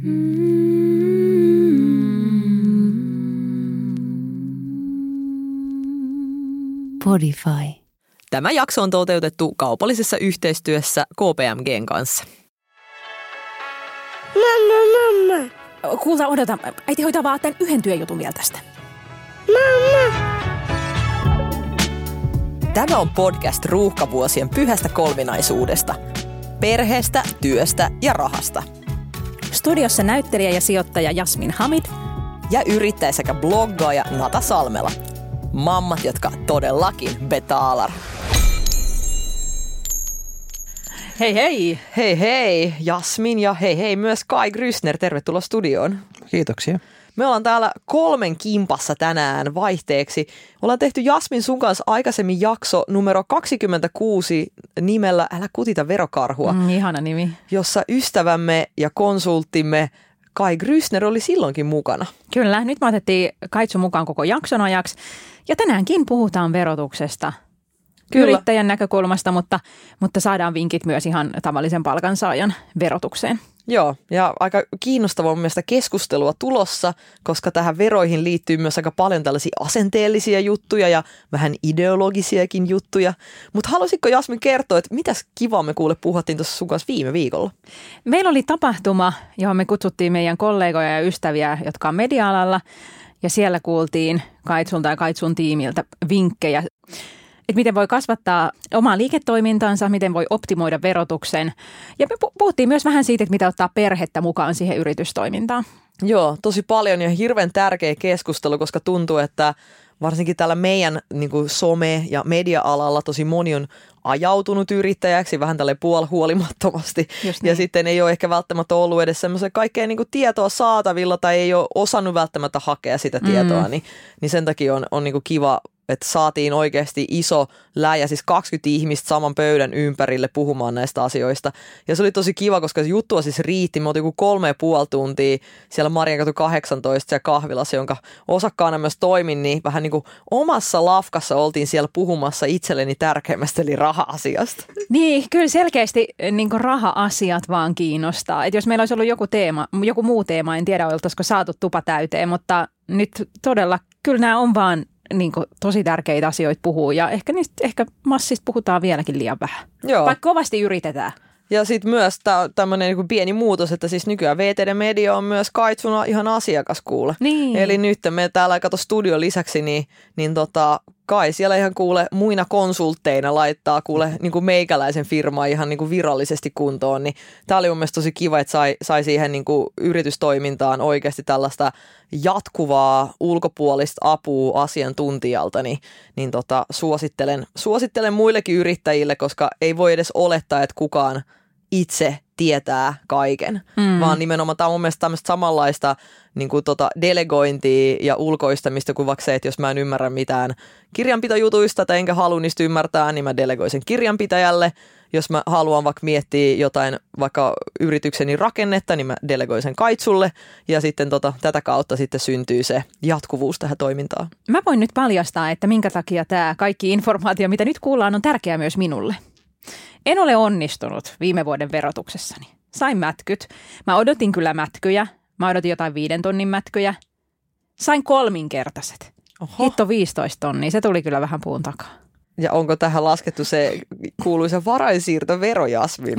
Podify. Tämä jakso on toteutettu kaupallisessa yhteistyössä KPMG:n kanssa. Mamma. Kuulta, odota. Äiti hoitaa vaan tämän yhden työjutun vielä tästä. Mamma. Tämä on podcast ruuhkavuosien pyhästä kolminaisuudesta. Perheestä, työstä ja rahasta. Studiossa näyttelijä ja sijoittaja Jasmin Hamid. Ja yrittäjä sekä bloggaaja Nata Salmela. Mammat, jotka todellakin betaalar. Hei hei! Hei hei, Jasmin ja hei hei myös Kai Grüssner. Tervetuloa studioon. Kiitoksia. Me ollaan täällä 3 kimpassa tänään vaihteeksi. Ollaan tehty Jasmin sun kanssa aikaisemmin jakso numero 26 nimellä Älä kutita verokarhua. Ihana nimi. Jossa ystävämme ja konsulttimme Kai Grüssner oli silloinkin mukana. Kyllä, nyt me otettiin Kaitsu mukaan koko jakson ajaksi. Ja tänäänkin puhutaan verotuksesta. Kyllä. Yrittäjän näkökulmasta, mutta saadaan vinkit myös ihan tavallisen palkansaajan verotukseen. Joo, ja aika kiinnostavaa on mielestäni keskustelua tulossa, koska tähän veroihin liittyy myös aika paljon tällaisia asenteellisia juttuja ja vähän ideologisiakin juttuja. Mutta haluaisitko Jasmin kertoa, että mitäs kivaa me puhuttiin tuossa sun kanssa viime viikolla? Meillä oli tapahtuma, johon me kutsuttiin meidän kollegoja ja ystäviä, jotka on media-alalla, ja siellä kuultiin Kaitsulta ja Kaitsun tiimiltä vinkkejä, että miten voi kasvattaa omaa liiketoimintansa, miten voi optimoida verotuksen. Ja me puhuttiin myös vähän siitä, että mitä ottaa perhettä mukaan siihen yritystoimintaan. Joo, tosi paljon ja hirveän tärkeä keskustelu, koska tuntuu, että varsinkin täällä meidän niin kuin some- ja media-alalla tosi moni on ajautunut yrittäjäksi vähän tälleen puolihuolimattomasti. Ja sitten ei ole ehkä välttämättä ollut edes semmoisen kaikkea niin kuin tietoa saatavilla tai ei ole osannut välttämättä hakea sitä tietoa. Niin sen takia on niin kuin kiva, että saatiin oikeasti iso läjä, siis 20 ihmistä saman pöydän ympärille puhumaan näistä asioista. Ja se oli tosi kiva, koska se juttua siis riitti. Me oltiin 3,5 tuntia siellä Marjankatu 18 siellä kahvilassa, jonka osakkaana myös toimin, niin vähän niin kuin omassa lafkassa oltiin siellä puhumassa itselleni tärkeimmästä, eli raha-asiasta. Niin, kyllä selkeästi niin kuin raha-asiat vaan kiinnostaa. Että jos meillä olisi ollut joku muu teema, en tiedä oltaisiko saatu tupa täyteen, mutta nyt todella kyllä nämä on vaan niin kuin tosi tärkeitä asioita puhuu ja ehkä massista puhutaan vieläkin liian vähän. Joo. Vaikka kovasti yritetään. Ja sitten myös tämmöinen niin pieni muutos, että siis nykyään VTD Media on myös Kaitsuna ihan asiakaskuule. Niin. Eli nyt me täällä kato studion lisäksi, niin Kai siellä ihan kuule muina konsultteina laittaa kuule niin kuin meikäläisen firmaa ihan niin kuin virallisesti kuntoon. Niin tämä oli mun mielestä tosi kiva, että sai siihen niin kuin yritystoimintaan oikeasti tällaista jatkuvaa ulkopuolista apua asiantuntijalta. Niin suosittelen muillekin yrittäjille, koska ei voi edes olettaa, että kukaan itse tietää kaiken, vaan nimenomaan tämä on mun mielestä tämmöistä samanlaista niin kuin delegointia ja ulkoistamista kuin vaikka se, että jos mä en ymmärrä mitään kirjanpitojutuista tai enkä halua niistä ymmärtää, niin mä delegoin sen kirjanpitäjälle. Jos mä haluan vaikka miettiä jotain vaikka yritykseni rakennetta, niin mä delegoin sen Kaitsulle ja sitten tätä kautta sitten syntyy se jatkuvuus tähän toimintaan. Mä voin nyt paljastaa, että minkä takia tämä kaikki informaatio, mitä nyt kuullaan, on tärkeää myös minulle. En ole onnistunut viime vuoden verotuksessani. Sain mätkyt. Mä odotin kyllä mätkyjä. Mä odotin jotain 5 tonnin mätkyjä. Sain 3-kertaiset. Oho. Hitto 15 tonnia. Se tuli kyllä vähän puun takaa. Ja onko tähän laskettu se kuuluisa varainsiirtovero, Jasmin?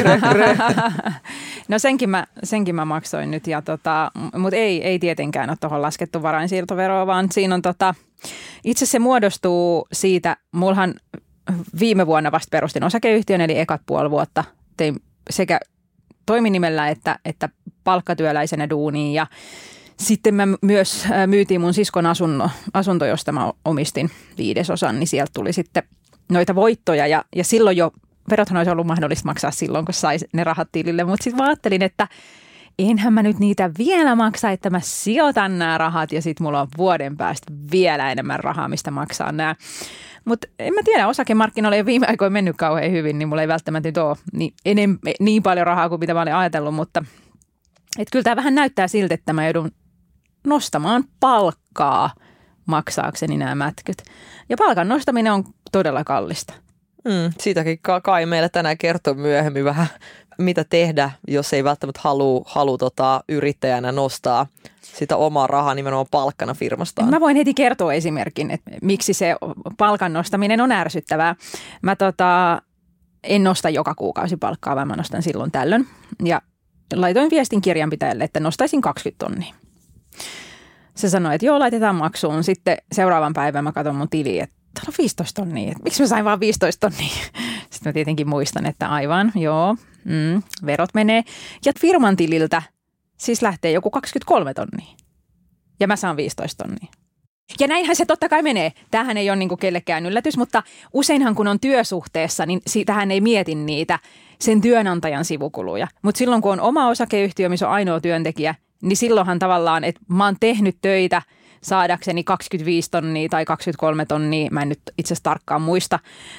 No senkin mä maksoin nyt. Mutta ei tietenkään ole tuohon laskettu varainsiirtoveroa, vaan siinä on itse se muodostuu siitä, mulhan viime vuonna vasta perustin osakeyhtiön, eli ekat puoli vuotta tein sekä toiminimellä että palkkatyöläisenä duuniin. Ja sitten mä myös myytiin mun siskon asunto, josta mä omistin 5%, niin sieltä tuli sitten noita voittoja. Ja silloin jo, verothan olisi ollut mahdollista maksaa silloin, kun sai ne rahat tilille. Mutta sitten mä ajattelin, että enhän mä nyt niitä vielä maksa, että mä sijoitan nämä rahat ja sitten mulla on vuoden päästä vielä enemmän rahaa, mistä maksaa nämä. Mutta en mä tiedä, osakemarkkinoilla ei ole viime aikoina mennyt kauhean hyvin, niin mulla ei välttämättä nyt ole niin paljon rahaa kuin mitä mä olin ajatellut, mutta kyllä tämä vähän näyttää siltä, että mä joudun nostamaan palkkaa maksaakseni nämä mätkyt. Ja palkan nostaminen on todella kallista. Siitäkin Kai meille tänään kertoo myöhemmin vähän, mitä tehdä, jos ei välttämättä halua yrittäjänä nostaa sitä omaa rahaa nimenomaan palkkana firmastaan. Mä voin heti kertoa esimerkin, että miksi se palkan nostaminen on ärsyttävää. Mä en nosta joka kuukausi palkkaa, vaan mä nostan silloin tällöin. Ja laitoin viestin kirjanpitäjälle, että nostaisin 20 000. Se sanoi, että joo, laitetaan maksuun. Sitten seuraavan päivän mä katson mun tiliin, että täällä on 15 000. Että miksi mä sain vaan 15 000? Sitten mä tietenkin muistan, että aivan, joo, verot menee. Ja firman tililtä siis lähtee joku 23 000. Ja mä saan 15 000. Ja näinhän se totta kai menee. Tämähän ei ole niin kuin kellekään yllätys, mutta useinhan kun on työsuhteessa, niin siitähän ei mieti niitä sen työnantajan sivukuluja. Mutta silloin kun on oma osakeyhtiö, missä on ainoa työntekijä, niin silloinhan tavallaan, että mä oon tehnyt töitä saadakseni 25 000 tai 23 000. Mä en nyt itse asiassa tarkkaan muista,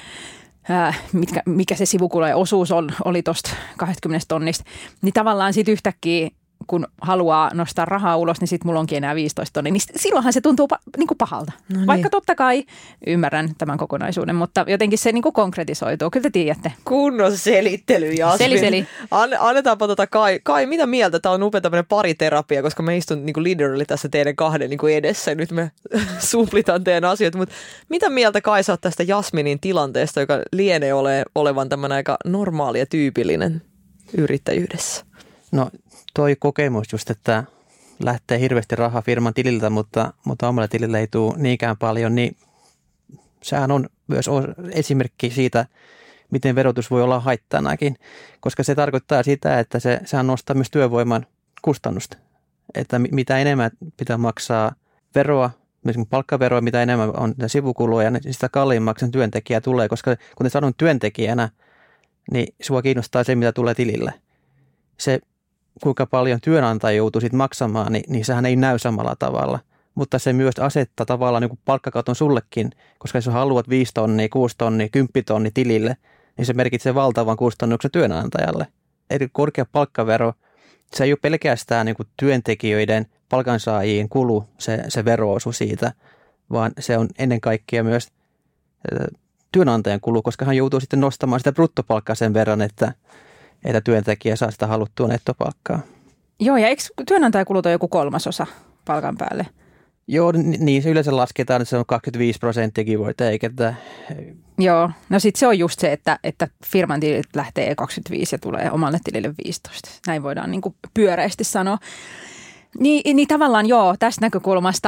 mikä se sivukulujen osuus oli tuosta 20 000. Niin tavallaan sitten yhtäkkiä, kun haluaa nostaa rahaa ulos, niin sitten mulla onkin enää 15 000, niin silloinhan se tuntuu niin kuin pahalta. No niin. Vaikka totta kai ymmärrän tämän kokonaisuuden, mutta jotenkin se niin kuin konkretisoituu. Kyllä te tiedätte. Kunnon selittely, Jasmin. Seli. Annetaanpa Kai, mitä mieltä? Tämä on upea tämmöinen pariterapia, koska me istun niin kuin literally tässä teidän kahden niin kuin edessä ja nyt me suplitaan teidän asioita. Mutta mitä mieltä Kai sä oot tästä Jasminin tilanteesta, joka lienee olevan tämmöinen aika normaali ja tyypillinen yrittäjyydessä? No toi kokemus just, että lähtee hirveästi rahaa firman tililtä, mutta omalle tilille ei tule niinkään paljon, niin sehän on myös esimerkki siitä, miten verotus voi olla haittanakin, koska se tarkoittaa sitä, että sehän nostaa myös työvoiman kustannusta. Että mitä enemmän pitää maksaa veroa, esimerkiksi palkkaveroa, mitä enemmän on sivukuluja, niin sitä kalliimmaksi työntekijä tulee, koska kun te sanon työntekijänä, niin sua kiinnostaa se, mitä tulee tilille. Se kuinka paljon työnantaja joutuu siitä maksamaan, niin sehän ei näy samalla tavalla. Mutta se myös asettaa tavallaan niin kuin palkkakaton sullekin, koska jos haluat 5 000, 6 000, 10 000 tilille, niin se merkitsee valtavan kustannuksen työnantajalle. Eli korkea palkkavero, se ei ole pelkästään niin kuin työntekijöiden palkansaajien kulu, se vero-osuus siitä, vaan se on ennen kaikkea myös työnantajan kulu, koska hän joutuu sitten nostamaan sitä bruttopalkkaa sen verran, että työntekijä saa sitä haluttua nettopalkkaa. Joo, ja eikö työnantajakulut ole joku 1/3 palkan päälle? Joo, niin se yleensä lasketaan, että se on 25% give or take. Joo, no sitten se on just se, että firman tililtä lähtee 25 ja tulee omalle tilille 15. Näin voidaan niin kuin pyöreästi sanoa. Niin tavallaan joo, tästä näkökulmasta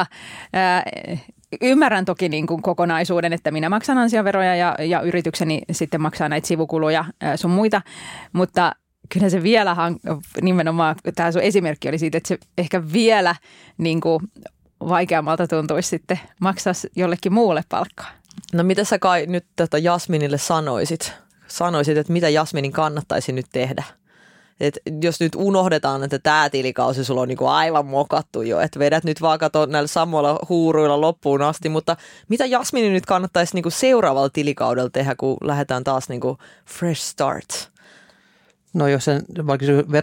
ymmärrän toki niin kuin kokonaisuuden, että minä maksan ansioveroja ja yritykseni sitten maksaa näitä sivukuluja sun muita, mutta kyllä se vielä nimenomaan, tämä sun esimerkki oli siitä, että se ehkä vielä niin kuin vaikeammalta tuntuisi sitten maksaa jollekin muulle palkkaa. No mitä sä Kai nyt tätä Jasminille sanoisit? Sanoisit, että mitä Jasminin kannattaisi nyt tehdä? Et jos nyt unohdetaan, että tämä tilikausi sulla on niinku aivan mokattu jo, että vedät nyt vaan kato näillä samoilla huuruilla loppuun asti, mutta mitä Jasminin nyt kannattaisi niinku seuraavalla tilikaudella tehdä, kun lähdetään taas niinku fresh start? No jos sen vaikka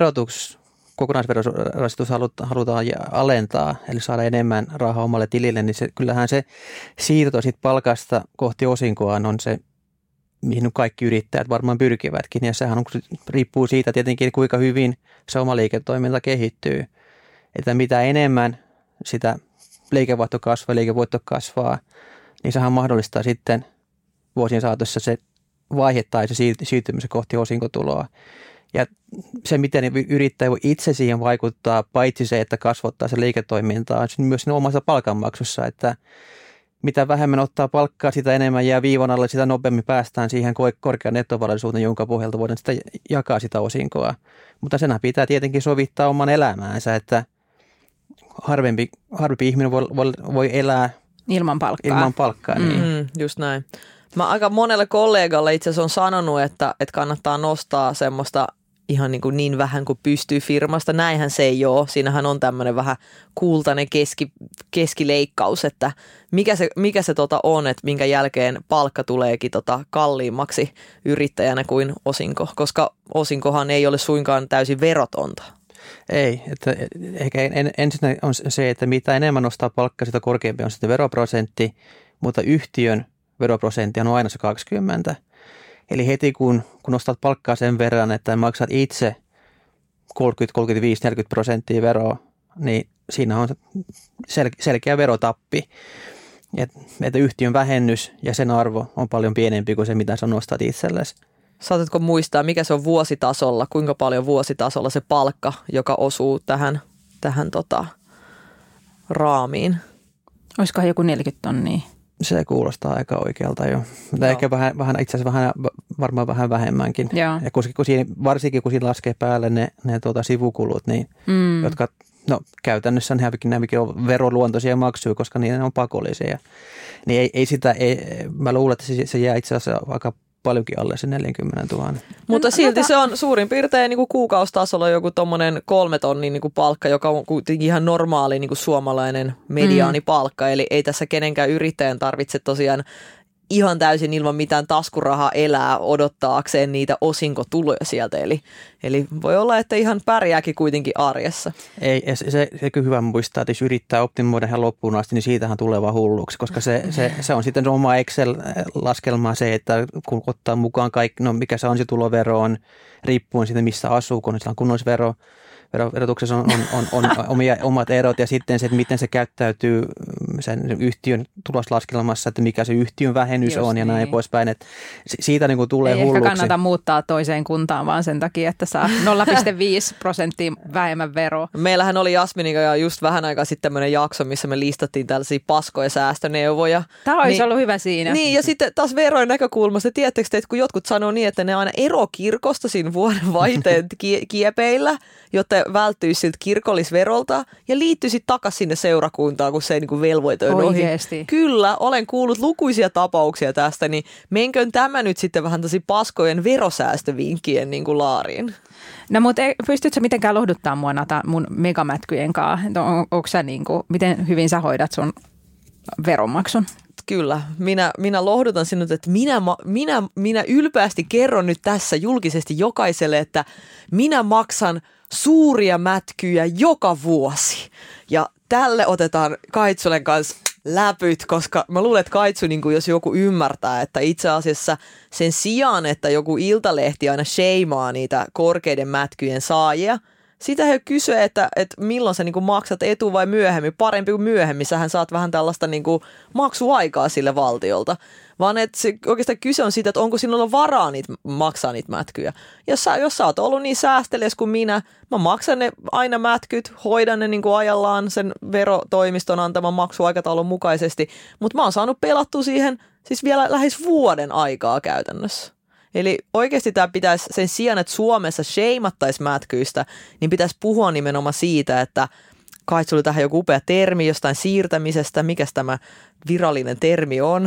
kokonaisverorasitus halutaan alentaa, eli saada enemmän rahaa omalle tilille, niin kyllähän se siirto siitä palkasta kohti osinkoa on se, mihin kaikki yrittäjät varmaan pyrkivätkin, ja sehän riippuu siitä tietenkin, kuinka hyvin se oma liiketoiminta kehittyy. Että mitä enemmän sitä liikevoitto kasvaa, niin sehän mahdollistaa sitten vuosien saatossa se vaihe tai se siirtymisen kohti osinkotuloa. Ja se, miten yrittäjä voi itse siihen vaikuttaa, paitsi se, että kasvattaa se liiketoimintaa, on myös siinä omassa palkanmaksussa, että mitä vähemmän ottaa palkkaa, sitä enemmän jää viivan alle, sitä nopeammin päästään siihen korkean nettovarallisuuteen, jonka pohjalta voidaan sitä jakaa sitä osinkoa. Mutta senhän pitää tietenkin sovittaa oman elämäänsä, että harvempi ihminen voi elää ilman palkkaa. Niin. Just näin. Mä aika monelle kollegalle itse asiassa on sanonut, että kannattaa nostaa semmoista ihan niin vähän kuin pystyy firmasta. Näinhän se ei ole. Siinähän on tämmöinen vähän kultainen keskileikkaus, että mikä se on, että minkä jälkeen palkka tuleekin kalliimmaksi yrittäjänä kuin osinko, koska osinkohan ei ole suinkaan täysin verotonta. Ei, että ehkä ensin on se, että mitä enemmän nostaa palkkaa, sitä korkeampi on sitten veroprosentti, mutta yhtiön veroprosentti on aina se 20. Eli heti kun nostat palkkaa sen verran, että maksat itse 30, 35, 40% veroa, niin siinä on selkeä verotappi. Että yhtiön vähennys ja sen arvo on paljon pienempi kuin se, mitä sä nostat itsellesi. Saatatko muistaa, mikä se on vuositasolla, kuinka paljon vuositasolla se palkka, joka osuu tähän raamiin? Olisikohan joku 40 tonnia? Se kuulostaa aika oikealta jo. Mutta ehkä vähän itse asiassa varmaan vähän vähemmänkin. Joo. Ja varsinkin kun siinä laskee päälle ne sivukulut, niin, jotka käytännössä nämäkin on veroluontoisia maksuja, koska ne on pakollisia. Niin mä luulen, että se jää itse asiassa aika paljonkin alle se 40 000. Mutta silti se on suurin piirtein niin kuin kuukausitasolla joku tommonen 3 tonnin niin kuin palkka, joka on kuitenkin ihan normaali niin kuin suomalainen mediaanipalkka. Eli ei tässä kenenkään yrittäjän tarvitse tosiaan ihan täysin ilman mitään taskurahaa elää odottaakseen niitä osinkotuloja sieltä. Eli voi olla, että ihan pärjääkin kuitenkin arjessa. Ei, se kyllä hyvä muistaa, että jos yrittää optimoida ihan loppuun asti, niin siitähän tulee vaan hulluksi, koska se on sitten oma Excel-laskelma se, että kun ottaa mukaan kaikki, mikä se on se tulovero, riippuen siitä, missä asuu, kun sillä on kunnallisvero, verotuksessa on omat erot ja sitten se, että miten se käyttäytyy sen yhtiön tuloslaskelmassa, että mikä se yhtiön vähennys on ja näin poispäin. Että siitä niin kuin tulee hulluksi. Ei ehkä kannata muuttaa toiseen kuntaan vaan sen takia, että saa 0,5% vähemmän veroa. Meillähän oli Jasminin ja just vähän aikaa sitten tämmöinen jakso, missä me listattiin tällaisia paskoja säästöneuvoja. Tämä olisi ollut hyvä siinä. Niin ja sitten taas verojen näkökulmasta, tiedättekö te, että kun jotkut sanoo niin, että ne aina ero kirkosta siinä vuoden vaihteen kiepeillä, jotta välttyisi siltä kirkollisverolta ja liittyisi takaisin sinne seurakuntaan, kun se ei niin velvoite on ohi. Kyllä, olen kuullut lukuisia tapauksia tästä, niin menköön tämä nyt sitten vähän tosi paskojen verosäästövinkkien niin kuin laariin. No mutta pystytkö mitenkään lohduttaa mua mun megamätkyjen kanssa? Onko sä miten hyvin sä hoidat sun veronmaksun? Kyllä, minä lohdutan sinut, että minä ylpeästi kerron nyt tässä julkisesti jokaiselle, että minä maksan suuria mätkyjä joka vuosi. Ja tälle otetaan Kaitsulen kanssa läpyt, koska mä luulen, että Kaitsu, niin jos joku ymmärtää, että itse asiassa sen sijaan, että joku Iltalehti aina sheimaa niitä korkeiden mätkyjen saajia, sitä he kysyy, että milloin sä niin kuin maksat etu vai myöhemmin, parempi kuin myöhemmin. Sähän saat vähän tällaista niin kuin maksuaikaa sille valtiolta. Vaan että oikeastaan kyse on siitä, että onko sinulla varaa maksaa niitä mätkyjä. Jos sä oot ollut niin säästeliäs kuin mä maksan ne aina mätkyt, hoidan ne niin kuin ajallaan sen verotoimiston antaman maksuaikataulun mukaisesti. Mutta mä oon saanut pelattua siihen siis vielä lähes vuoden aikaa käytännössä. Eli oikeasti tämä pitäisi sen sijaan, että Suomessa sheimattaisi mätkyistä, niin pitäisi puhua nimenomaan siitä, että kai sulla tähän joku upea termi jostain siirtämisestä. Mikäs tämä virallinen termi on?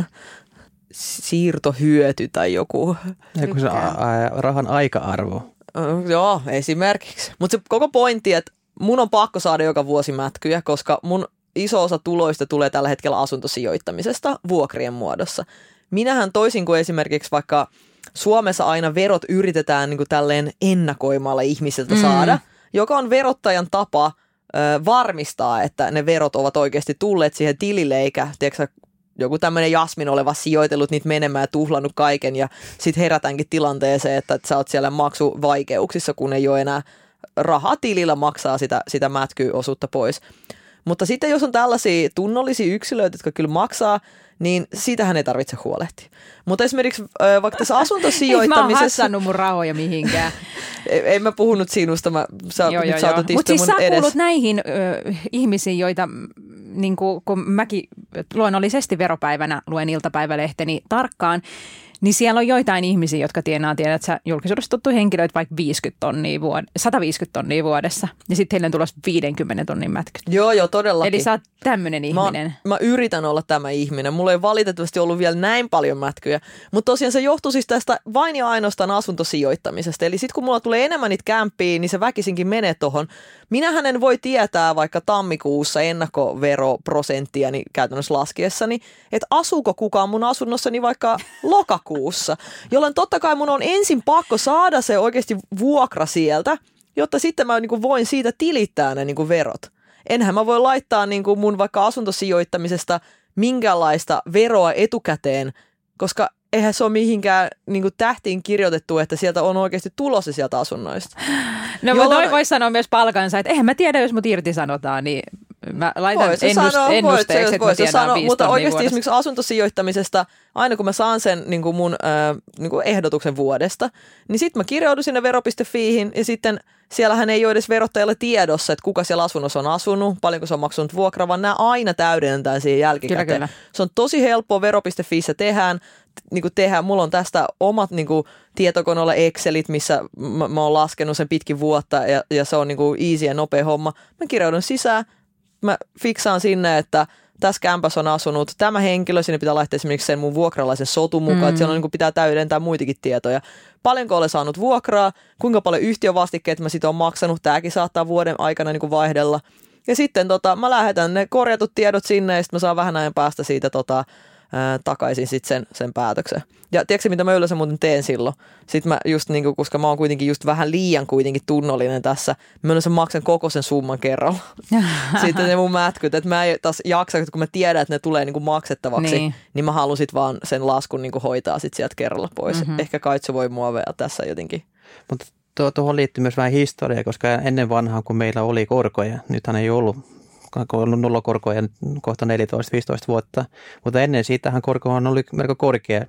Siirtohyöty tai joku. Joku se rahan aika-arvo. Joo, esimerkiksi. Mutta se koko pointti, että mun on pakko saada joka vuosi mätkyjä, koska mun iso osa tuloista tulee tällä hetkellä asuntosijoittamisesta vuokrien muodossa. Minähän toisin kuin esimerkiksi vaikka Suomessa aina verot yritetään niin kuin tälleen ennakoimalla ihmisiltä saada, joka on verottajan tapa varmistaa, että ne verot ovat oikeasti tulleet siihen tilille, eikä tiedätkö, joku tämmöinen Jasmin oleva sijoitellut niitä menemään ja tuhlannut kaiken ja sitten herätäänkin tilanteeseen, että sä oot siellä maksuvaikeuksissa, kun ei ole enää rahaa tilillä maksaa sitä mätkyosuutta pois. Mutta sitten jos on tällaisia tunnollisia yksilöitä, jotka kyllä maksaa, niin siitähän ei tarvitse huolehtia. Mutta esimerkiksi vaikka tässä asuntosijoittamisessa... Ei mä oon hassannut mun rahoja mihinkään. En mä puhunut sinusta, nyt saatat istua Mutta siis mun sä edes. kuulut näihin ihmisiin, joita niin kun mäkin luonnollisesti veropäivänä luen iltapäivälehteni tarkkaan, niin siellä on joitain ihmisiä, jotka tienaa, tiedät sä, julkisuudessa tuttu henkilöitä vaikka 150 tonnia vuodessa. Ja sitten heille on tulossa 50 tonnin mätkyt. Joo, todellakin. Eli sä oot tämmöinen ihminen. Mä yritän olla tämä ihminen. Mulla ei valitettavasti ollut vielä näin paljon mätkyjä. Mutta tosiaan se johtuu siis tästä vain ja ainoastaan asuntosijoittamisesta. Eli sitten kun mulla tulee enemmän niitä kämppiä, niin se väkisinkin menee tohon. Minähän en voi tietää vaikka tammikuussa ennakkoveroprosenttiani käytännössä laskiessani, että asuuko kukaan mun asunnossani vaikka lokakuussa, jolloin totta kai mun on ensin pakko saada se oikeasti vuokra sieltä, jotta sitten mä niin kuin voin siitä tilittää ne niin kuin verot. Enhän mä voi laittaa niin kuin mun vaikka asuntosijoittamisesta minkäänlaista veroa etukäteen, koska eihän se ole mihinkään niin kuin tähtiin kirjoitettu, että sieltä on oikeasti tulossa sieltä asunnoista. No toi voisi sanoa myös palkansa, että eihän mä tiedä, jos mut irtisanotaan, niin mä laitan ennusteeksi, että mä tiedän 5 mutta oikeasti vuodessa. esimerkiksi asuntosijoittamisesta, aina kun mä saan sen niin kuin mun niin kuin ehdotuksen vuodesta, niin sitten mä kirjaudun sinne vero.fiihin ja sitten siellähän ei ole edes verottajalle tiedossa, että kuka siellä asunnossa on asunut, paljonko se on maksanut vuokraa, vaan nämä aina täydennetään siihen jälkikäteen. Kyllä. Se on tosi helppoa, vero.fiissä tehdään. Mulla on tästä omat niin kuin, tietokoneella Excelit, missä mä oon laskenut sen pitkin vuotta ja se on niin kuin easy ja nopea homma. Mä kirjaudun sisään, mä fiksaan sinne, että tässä kämpässä on asunut tämä henkilö, sinne pitää laittaa esimerkiksi sen mun vuokralaisen sotun mukaan, että siellä on, niin kuin, pitää täydentää muitakin tietoja. Paljonko olen saanut vuokraa, kuinka paljon yhtiövastikkeet mä siitä on maksanut, tämäkin saattaa vuoden aikana niin kuin vaihdella. Ja sitten mä lähetän ne korjatut tiedot sinne ja sitten mä saan vähän ajan päästä siitä takaisin sitten sen päätöksen. Ja tiedätkö mitä mä yleensä muuten teen silloin? Sitten mä just niinku, koska mä oon kuitenkin just vähän liian kuitenkin tunnollinen tässä, mä yleensä maksan koko sen summan kerralla. Sitten ne mun mätkyt, että mä en taas jaksa, kun mä tiedän, että ne tulee niinku maksettavaksi, niin mä haluan sit vaan sen laskun niinku hoitaa sit sieltä kerralla pois. Ehkä Kaitsu voi mua vielä tässä jotenkin. Mutta tuohon liittyy myös vähän historiaa, koska ennen vanhaa, kun meillä oli korkoja, nythän ei ollut nollakorkoja kohta 14-15 vuotta, mutta ennen siitähän korkohan oli melko korkea,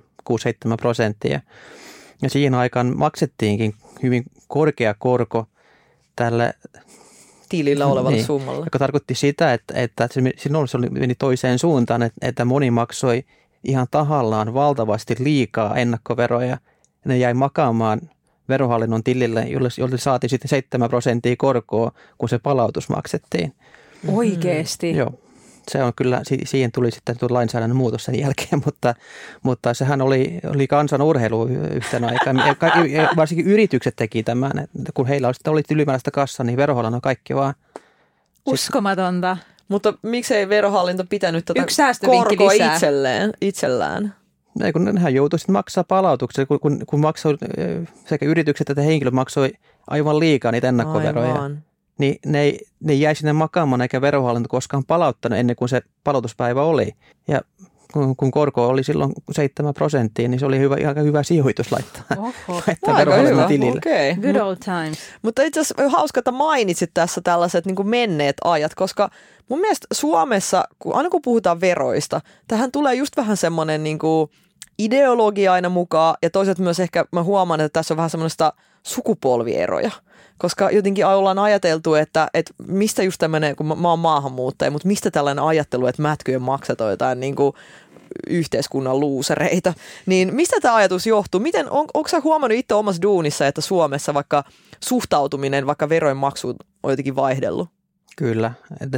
6-7%. Ja siihen aikaan maksettiinkin hyvin korkea korko tälle tilillä olevalle summalle. Joka tarkoitti sitä, että silloin se meni toiseen suuntaan, että moni maksoi ihan tahallaan valtavasti liikaa ennakkoveroja. Ja ne jäi makaamaan verohallinnon tilille, jolle saatiin sitten 7% korkoa, kun se palautus maksettiin. Oikeesti? Joo. Se on kyllä, siihen tuli sitten lainsäädännön muutos sen jälkeen, mutta sehän oli kansan urheilu yhtenä aikaan. Varsinkin yritykset teki tämän, että kun heillä oli ylimääräistä kassaa, niin verohallinnon kaikki vaan. Uskomatonta. Mutta miksei verohallinto pitänyt tätä korkoa itsellään? Ei, kun nehän joutui sitten maksaa palautuksia, kun maksoi, sekä yritykset että henkilöt maksoi aivan liikaa niitä ennakkoveroja. Aivan. Niin ne jäi sinne makaamaan eikä verohallinto koskaan palauttanut ennen kuin se palautuspäivä oli. Ja kun korko oli silloin 7%, niin se oli aika hyvä sijoitus laittaa verohallinnon tilille. Okay. Good old times. Mutta itse asiassa hauska, että mainitsit tässä tällaiset niin kuin menneet ajat, koska mun mielestä Suomessa, aina kun puhutaan veroista, tähän tulee just vähän semmoinen niin kuin ideologia aina mukaan ja toisaalta myös ehkä mä huomaan, että tässä on vähän semmoista sukupolvieroja. Koska jotenkin ollaan ajateltu, että mistä just tämmöinen, kun mä oon maahanmuuttaja, mutta mistä tällainen ajattelu, että mätkyjen maksat on jotain niin kuin yhteiskunnan luusereita. Niin mistä tämä ajatus johtuu? Onko sä huomannut itse omassa duunissa, että Suomessa vaikka suhtautuminen, vaikka verojen maksuun on jotenkin vaihdellut? Kyllä. Että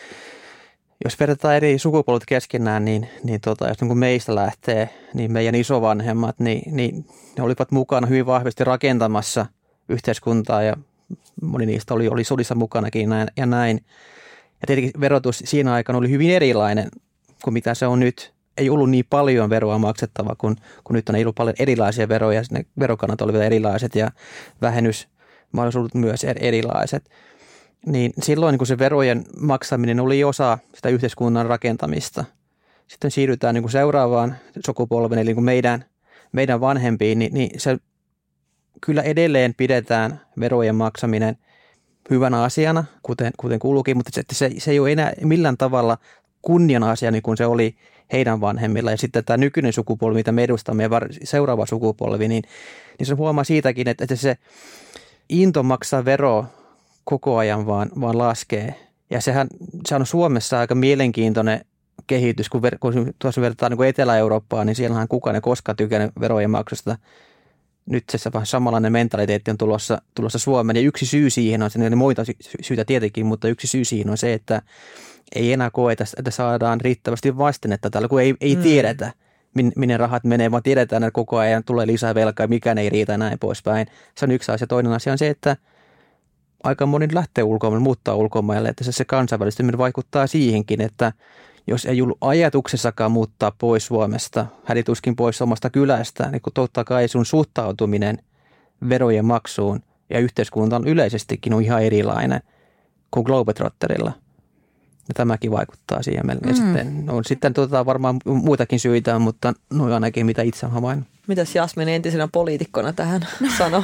jos verrataan eri sukupolvet keskenään, niin jos niin meistä lähtee, niin meidän isovanhemmat, niin ne olivat mukana hyvin vahvasti rakentamassa yhteiskuntaa ja moni niistä oli sodissa mukanakin ja näin. Ja tietenkin verotus siinä aikana oli hyvin erilainen kuin mitä se on nyt. Ei ollut niin paljon veroa maksettavaa, kun nyt on ollut paljon erilaisia veroja. Ne verokannat olivat erilaiset ja vähennysmahdollisuudet myös erilaiset. Niin silloin kun se verojen maksaminen oli osa sitä yhteiskunnan rakentamista. Sitten siirrytään niin kuin seuraavaan sukupolven, eli niin kuin meidän vanhempiin, niin se kyllä edelleen pidetään verojen maksaminen hyvänä asiana, kuten kuuluukin, mutta se ei ole enää millään tavalla kunnian asia, niin kuin se oli heidän vanhemmilla. Ja sitten tämä nykyinen sukupolvi, mitä me edustamme, ja seuraava sukupolvi, niin se huomaa siitäkin, että se into maksaa veroa koko ajan vaan laskee. Ja sehän on Suomessa aika mielenkiintoinen kehitys, kun tuossa verrataan niin kuin Etelä-Eurooppaan, niin siellähän kukaan ei koskaan tykännyt verojen maksusta. Nyt se vähän samanlainen mentaliteetti on tulossa Suomeen. Ja yksi syy siihen on, se muita syitä tietenkin, mutta yksi syy siihen on se, että ei enää koeta, että saadaan riittävästi vastinetta täällä, kun ei tiedetä, minne rahat menee, vaan tiedetään, että koko ajan tulee lisää velkaa, mikään ei riitä ja näin poispäin. Se on yksi asia. Toinen asia on se, että aika moni lähtee ulkomaille, muuttaa ulkomaille, että se kansainvälistyminen vaikuttaa siihenkin, että jos ei ollut ajatuksessakaan muuttaa pois Suomesta, hädituskin pois omasta kylästä, niin kun totta kai sun suhtautuminen verojen maksuun ja yhteiskuntaan yleisestikin on ihan erilainen kuin Globetrotterilla. Ja tämäkin vaikuttaa siihen. Ja sitten varmaan muitakin syitä, mutta noin ainakin mitä itse olen havainnut. Mitäs Jasmin entisenä poliitikkona tähän sanoo?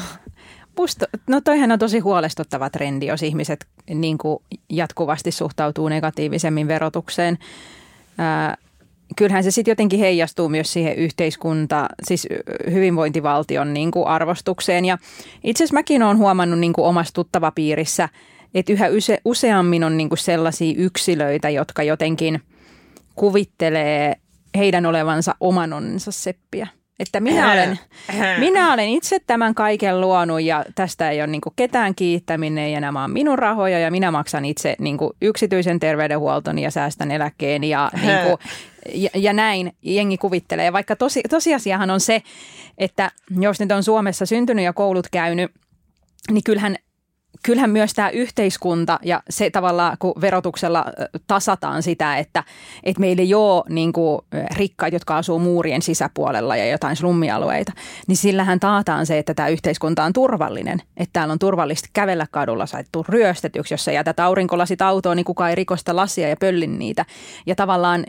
No toihan on tosi huolestuttava trendi, jos ihmiset niin kuin jatkuvasti suhtautuu negatiivisemmin verotukseen. Kyllähän se sitten jotenkin heijastuu myös siihen siis hyvinvointivaltion niin kuin arvostukseen. Ja itse asiassa mäkin olen huomannut niin kuin omassa tuttavapiirissä, että yhä useammin on niin kuin sellaisia yksilöitä, jotka jotenkin kuvittelee heidän olevansa oman onnensa seppiä. Että minä olen itse tämän kaiken luonut ja tästä ei ole niin kuin ketään kiittäminen ja nämä on minun rahoja ja minä maksan itse niin kuin yksityisen terveydenhuoltoni ja säästän eläkkeeni ja näin jengi kuvittelee. Vaikka tosiasiahan on se, että jos nyt on Suomessa syntynyt ja koulut käynyt, niin kyllähän myös tämä yhteiskunta ja se tavallaan, kun verotuksella tasataan sitä, että meillä ei ole niin kuin rikkaita, jotka asuu muurien sisäpuolella ja jotain slummialueita, niin sillähän taataan se, että tämä yhteiskunta on turvallinen. Että täällä on turvallista kävellä kadulla, sä et tule ryöstetyksi, jos sä jätät aurinkolasit autoon, niin kukaan ei rikosta lasia ja pöllin niitä. Ja tavallaan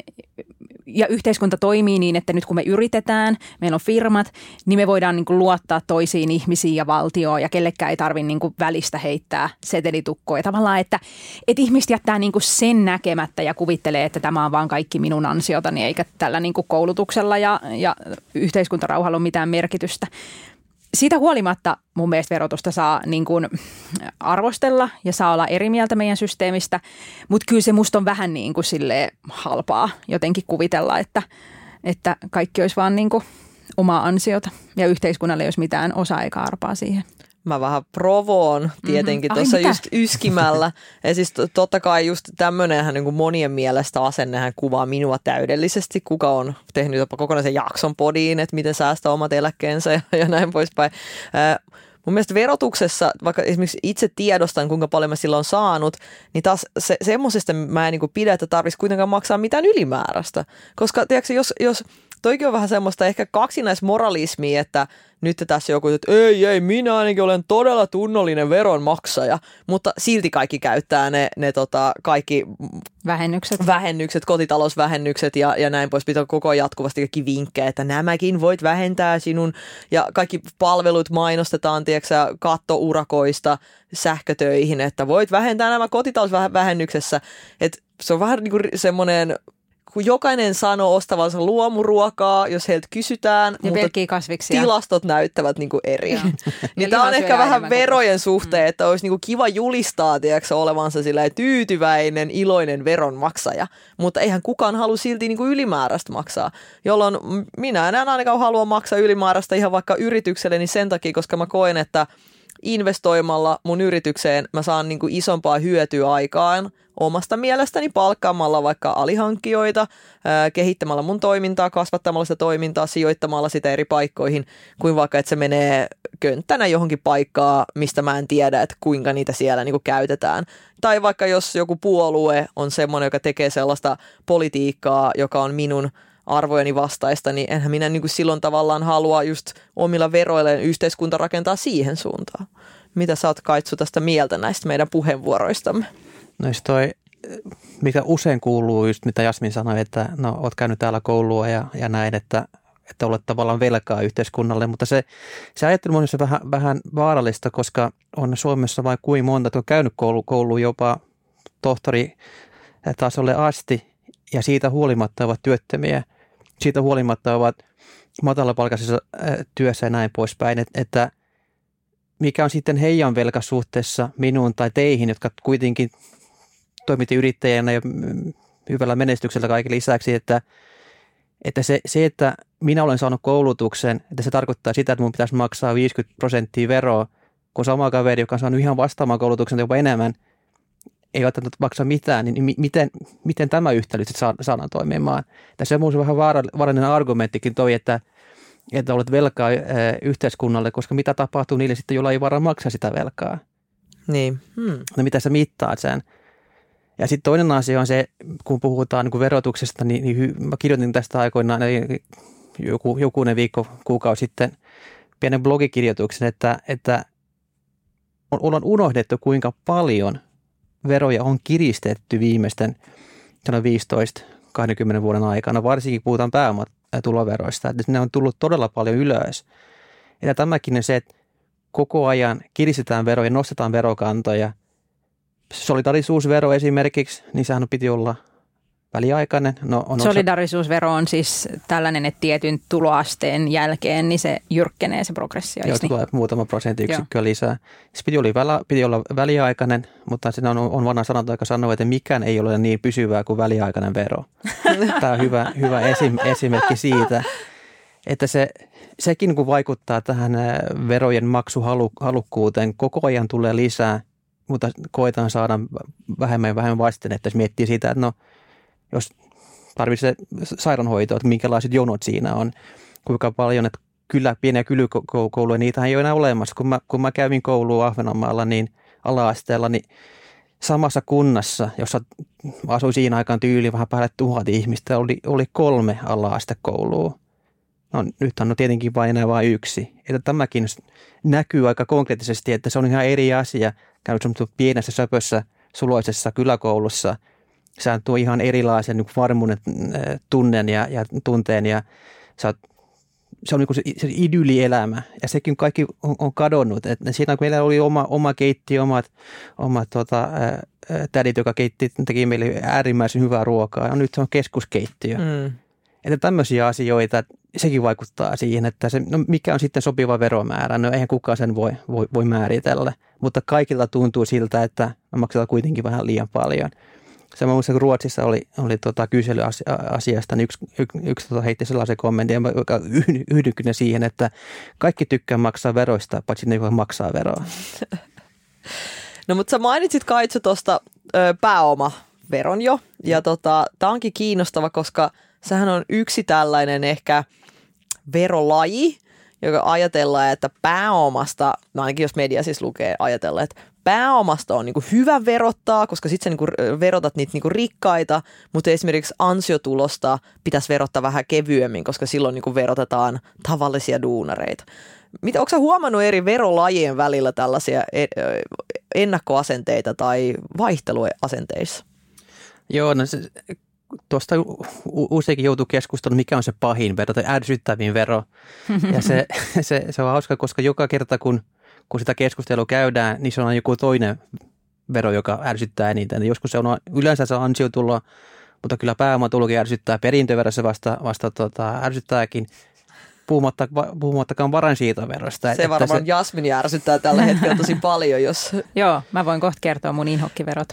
ja yhteiskunta toimii niin, että nyt kun me yritetään, meillä on firmat, niin me voidaan niin kuin luottaa toisiin ihmisiin ja valtioon ja kellekään ei tarvitse niin kuin välistä heittää setelitukkoa. Ja tavallaan, että ihmiset jättää niin kuin sen näkemättä ja kuvittelee, että tämä on vaan kaikki minun ansiotani eikä tällä niin kuin koulutuksella ja yhteiskuntarauhalla ole mitään merkitystä. Siitä huolimatta mun mielestä verotusta saa niin kuin arvostella ja saa olla eri mieltä meidän systeemistä, mutta kyllä se musta on vähän niin kuin silleen halpaa jotenkin kuvitella, että kaikki olisi vaan niin kuin omaa ansiota ja yhteiskunnalle ei olisi mitään osaa eikä arpaa siihen. Mä vähän provoon tietenkin tuossa just yskimällä. Ja siis totta kai just tämmöinenhän niin kuin monien mielestä asennehän kuvaa minua täydellisesti. Kuka on tehnyt jopa kokonaisen jakson podiin, että miten säästää omat eläkkeensä ja näin poispäin. Mun mielestä verotuksessa, vaikka esimerkiksi itse tiedostan, kuinka paljon mä silloin on saanut, niin taas semmoisesta mä en niin kuin pidä, että tarvitsisi kuitenkaan maksaa mitään ylimääräistä. Koska tiedätkö, jos toikin on vähän semmoista ehkä kaksinaismoralismia, että nyt tässä joku, että ei, minä ainakin olen todella tunnollinen veronmaksaja, mutta silti kaikki käyttää ne kaikki vähennykset, kotitalousvähennykset ja näin pois. Pitää koko ajan jatkuvasti kaikki vinkkejä, että nämäkin voit vähentää sinun ja kaikki palvelut mainostetaan, tiedätkö, kattourakoista sähkötöihin, että voit vähentää nämä kotitalousvähennyksessä, että se on vähän niin kuin semmoinen, kun jokainen sanoo ostavansa luomuruokaa, jos heiltä kysytään, ja mutta tilastot näyttävät niin kuin eri. Niin tämä on ehkä vähän verojen suhteen, että olisi niin kuin kiva julistaa, tiedätkö, olevansa tyytyväinen, iloinen veronmaksaja, mutta eihän kukaan halua silti niin kuin ylimääräistä maksaa, jolloin minä en ainakaan halua maksaa ylimääräistä ihan vaikka yritykselleni sen takia, koska mä koen, että investoimalla mun yritykseen mä saan niin kuin isompaa hyötyä aikaan omasta mielestäni palkkaamalla vaikka alihankkijoita, kehittämällä mun toimintaa, kasvattamalla sitä toimintaa, sijoittamalla sitä eri paikkoihin, kuin vaikka, että se menee könttänä johonkin paikkaan, mistä mä en tiedä, että kuinka niitä siellä niin kuin käytetään. Tai vaikka jos joku puolue on semmoinen, joka tekee sellaista politiikkaa, joka on minun arvojeni vastaista, niin enhän minä niin kuin silloin tavallaan halua just omilla veroilleen yhteiskunta rakentaa siihen suuntaan. Mitä sä oot, Kaitsu, tästä mieltä näistä meidän puheenvuoroistamme? No toi, mikä usein kuuluu, just mitä Jasmin sanoi, että no oot käynyt täällä koulua ja näin, että olet tavallaan velkaa yhteiskunnalle, mutta se ajattelu on vähän vaarallista, koska on Suomessa vain kuin monta, että on käynyt kouluun jopa tohtoritasolle asti ja siitä huolimatta ovat työttömiä, siitä huolimatta ovat matalapalkaisessa työssä ja näin poispäin, että mikä on sitten heidän velka suhteessa minuun tai teihin, jotka kuitenkin toimitte yrittäjänä ja hyvällä menestyksellä kaiken lisäksi, että että minä olen saanut koulutuksen, että se tarkoittaa sitä, että mun pitäisi maksaa 50% veroa, kun sama kaveri, joka on saanut ihan vastaamaan koulutuksen jopa enemmän, ei välttämättä maksaa mitään, niin miten tämä yhtälö saadaan toimimaan? Tässä on vähän vaarallinen argumenttikin toi, että olet velkaa yhteiskunnalle, koska mitä tapahtuu niille sitten, joilla ei varaa maksaa sitä velkaa? Niin. No mitä sä mittaat sen? Ja sitten toinen asia on se, kun puhutaan niin kuin verotuksesta, niin mä kirjoitin tästä aikoinaan jokunen kuukausi sitten pienen blogikirjoituksen, että ollaan unohdettu, kuinka paljon veroja on kiristetty viimeisten 15-20 vuoden aikana, varsinkin puhutaan pääomatuloveroista, että ne on tullut todella paljon ylös. Ja tämäkin on se, että koko ajan kiristetään veroja, nostetaan verokantoja. Solidaarisuusvero esimerkiksi, niin sehän piti olla väliaikainen. Solidaarisuusvero on siis tällainen, että tietyn tuloasteen jälkeen niin se jyrkkenee se progressio. Joo, tulee muutama prosenttiyksikköä lisää. Se piti olla väliaikainen, mutta siinä on vanha sanonta, joka sanoo, että mikään ei ole niin pysyvää kuin väliaikainen vero. Tämä on hyvä esimerkki siitä, että sekin kun vaikuttaa tähän verojen maksuhalukkuuteen, koko ajan tulee lisää, mutta koetaan saada vähemmän vasten, että jos miettii sitä, että no, jos tarvitsee sairaanhoitoa, että minkälaiset jonot siinä on, kuinka paljon, että kyllä pieniä kylykouluja, niitä ei ole enää olemassa. Kun mä kävin koulua Ahvenanmaalla, niin ala-asteella, niin samassa kunnassa, jossa asui siinä aikaan tyyli vähän päälle 1000 ihmistä, oli 3 ala-astekoulua. No nythän on tietenkin enää vain 1. Että tämäkin näkyy aika konkreettisesti, että se on ihan eri asia. Käynyt semmoisessa pienessä söpössä suloisessa kyläkoulussa. Se tuo ihan erilaisen niin varmuuden tunnen ja tunteen ja se on niin kuin se idyllielämä. Ja sekin kaikki on kadonnut. Että siinä kun meillä oli oma keittiö, omat tädit, joka teki meille äärimmäisen hyvää ruokaa. Ja nyt se on keskuskeittiö. Että tämmöisiä asioita, sekin vaikuttaa siihen, että mikä on sitten sopiva veromäärä. No eihän kukaan sen voi määritellä, mutta kaikilla tuntuu siltä, että maksetaan kuitenkin vähän liian paljon. Se mä muistan, kun Ruotsissa oli kysely asiasta, niin yksi heitti sellaisen kommentin, joka yhdyn siihen, että kaikki tykkää maksaa veroista, paitsi ne, joka maksaa veroa. No mutta sä mainitsit Kaitsu tuosta pääomaveron jo, ja tämä onkin kiinnostava, koska sehän on yksi tällainen ehkä verolaji, joka ajatellaan, että pääomasta, no ainakin jos media siis lukee, ajatellaan, että pääomasta on niinku hyvä verottaa, koska sitten sä niinku verotat niitä niinku rikkaita, mutta esimerkiksi ansiotulosta pitäisi verottaa vähän kevyemmin, koska silloin niinku verotetaan tavallisia duunareita. Onko sä huomannut eri verolajien välillä tällaisia ennakkoasenteita tai vaihteluasenteissa? Joo, no tuosta useinkin joutuu keskustelemaan, mikä on se pahin vero tai ärsyttävin vero. Ja se on hauska, koska joka kerta kun sitä keskustelua käydään, niin se on joku toinen vero, joka ärsyttää eniten. Joskus yleensä se on ansiotuloa, mutta kyllä pääomatulokin ärsyttää. Perintöverossa vasta ärsyttääkin, puhumattakaan varainsiirtoverosta. Se varmaan Jasmini ärsyttää tällä hetkellä tosi paljon, jos... Joo, mä voin kohta kertoa mun inhokkiverot.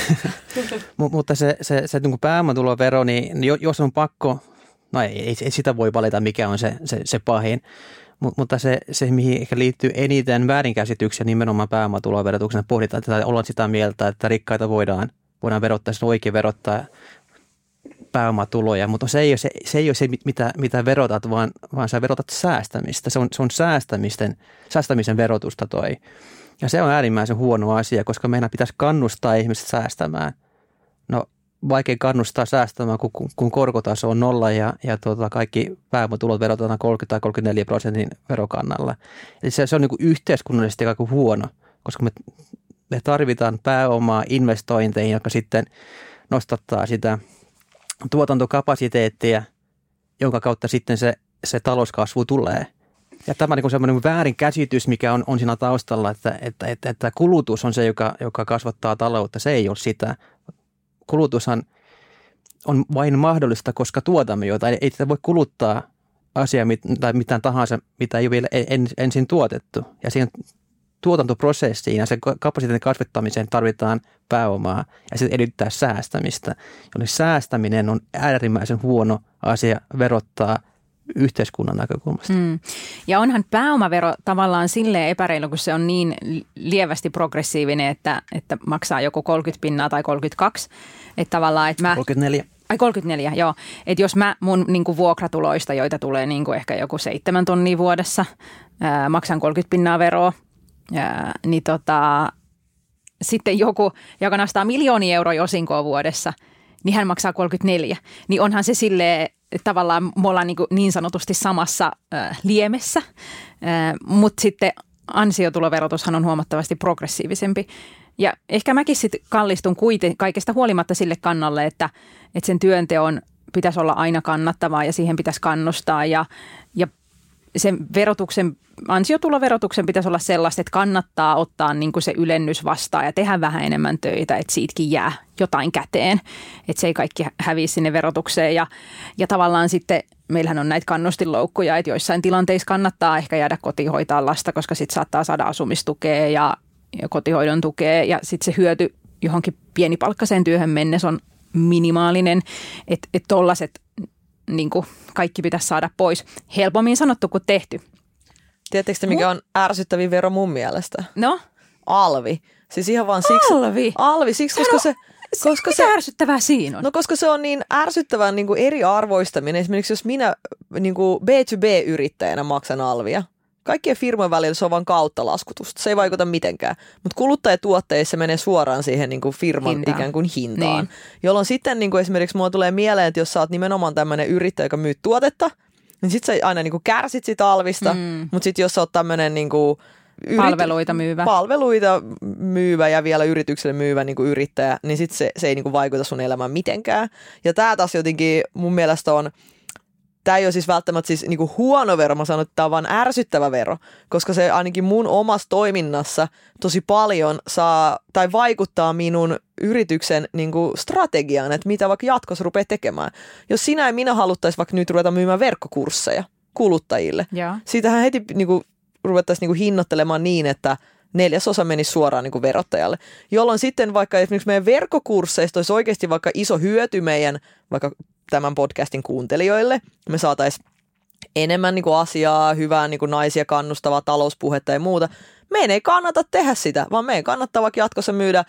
Mutta se niin pääomatulovero, niin jos on pakko, no ei sitä voi valita, mikä on se pahin. Mutta se, mihin ehkä liittyy eniten väärinkäsityksiä nimenomaan pääomatuloverotuksena, pohditaan, että ollaan sitä mieltä, että rikkaita voidaan verottaa, se on oikein verottaa pääomatuloja, mutta se ei ole se mitä verotat, vaan sä verotat säästämistä. Se on säästämisen verotusta toi. Ja se on äärimmäisen huono asia, koska meidän pitäisi kannustaa ihmiset säästämään. No vaikea kannustaa säästämään, kun korkotaso on 0 ja kaikki pääomatulot verotetaan 30-34% verokannalla. Eli se on niin kuin yhteiskunnallisesti aika huono, koska me tarvitaan pääomaa investointeihin, jotka sitten nostattaa sitä tuotantokapasiteettia, jonka kautta sitten se talouskasvu tulee. Ja tämä on niin semmoinen väärinkäsitys, mikä on siinä taustalla, että kulutus on se, joka kasvattaa taloutta. Se ei ole sitä. Kulutushan on vain mahdollista, koska tuotamme jotain. Ei sitä voi kuluttaa asiaa tai mitään tahansa, mitä ei ole vielä ensin tuotettu. Ja siihen tuotantoprosessiin ja sen kapasiteetin kasvattamiseen tarvitaan pääomaa ja se edellyttää säästämistä. Joten säästäminen on äärimmäisen huono asia verottaa yhteiskunnan näkökulmasta. Ja onhan pääomavero tavallaan silleen epäreilu, kun se on niin lievästi progressiivinen, että maksaa joko 30% tai 32%. Että tavallaan, että 34. Ai 34, joo. Että jos mä mun niinku vuokratuloista, joita tulee niinku ehkä joku 7 tonnia vuodessa, maksan 30% veroa, niin sitten joku, joka nostaa miljoonia euroja osinkoa vuodessa, niin hän maksaa 34. Niin onhan se silleen, tavallaan me ollaan niin sanotusti samassa liemessä, mutta sitten ansiotuloverotushan on huomattavasti progressiivisempi. Ja ehkä mäkin sitten kallistun kaikesta huolimatta sille kannalle, että sen työnteon pitäisi olla aina kannattavaa ja siihen pitäisi kannustaa ja sen ansiotuloverotuksen pitäisi olla sellaista, että kannattaa ottaa niin kuin se ylennys vastaan ja tehdä vähän enemmän töitä, että siitäkin jää jotain käteen, että se ei kaikki häviä sinne verotukseen ja tavallaan sitten meillähän on näitä kannustinloukkuja, että joissain tilanteissa kannattaa ehkä jäädä kotiin hoitaa lasta, koska sitten saattaa saada asumistukea ja kotihoidon tukea ja sitten se hyöty johonkin pienipalkkaiseen työhön mennessä on minimaalinen, että tollaiset niin kuin kaikki pitäisi saada pois. Helpommin sanottu kuin tehty. Tiedättekö te, mikä on ärsyttävin vero mun mielestä? No? Alvi. Siis ihan vaan siksi. Alvi, siksi, koska mitä ärsyttävää siinä on? No koska se on niin ärsyttävää niin kuin eriarvoistaminen. Esimerkiksi jos minä niin kuin B2B-yrittäjänä maksan alvia, kaikkien firmojen välillä se on vain kautta laskutusta. Se ei vaikuta mitenkään. Mutta kuluttajatuotteissa se menee suoraan siihen niin kuin firman ikään kuin hintaan. Niin. Jolloin sitten niin kuin esimerkiksi mulla tulee mieleen, että jos sä oot nimenomaan tämmöinen yrittäjä, joka myy tuotetta, niin sit sä aina niin kuin kärsit sit alvista. Mutta sitten jos sä oot tämmöinen niin kuin palveluita myyvä ja vielä yritykselle myyvä niin kuin yrittäjä, niin sitten se ei niin kuin vaikuta sun elämään mitenkään. Ja tää taas jotenkin mun mielestä on, tämä ei ole siis välttämättä siis niinku huono vero, mä sanon, että tämä on vaan ärsyttävä vero, koska se ainakin mun omassa toiminnassa tosi paljon vaikuttaa minun yrityksen niinku strategiaan, että mitä vaikka jatkossa rupeaa tekemään. Jos sinä ja minä haluttaisiin vaikka nyt ruveta myymään verkkokursseja kuluttajille, siitähän heti niinku ruvettaisiin niinku hinnoittelemaan niin, että 4/4 menisi suoraan niinku verottajalle, jolloin sitten vaikka esimerkiksi meidän verkkokursseista olisi oikeasti vaikka iso hyöty meidän vaikka tämän podcastin kuuntelijoille. Me saataisiin enemmän niin kuin asiaa, hyvää niin kuin naisia kannustavaa talouspuhetta ja muuta. Meidän ei kannata tehdä sitä, vaan meidän kannattaa vaikka jatkossa myydä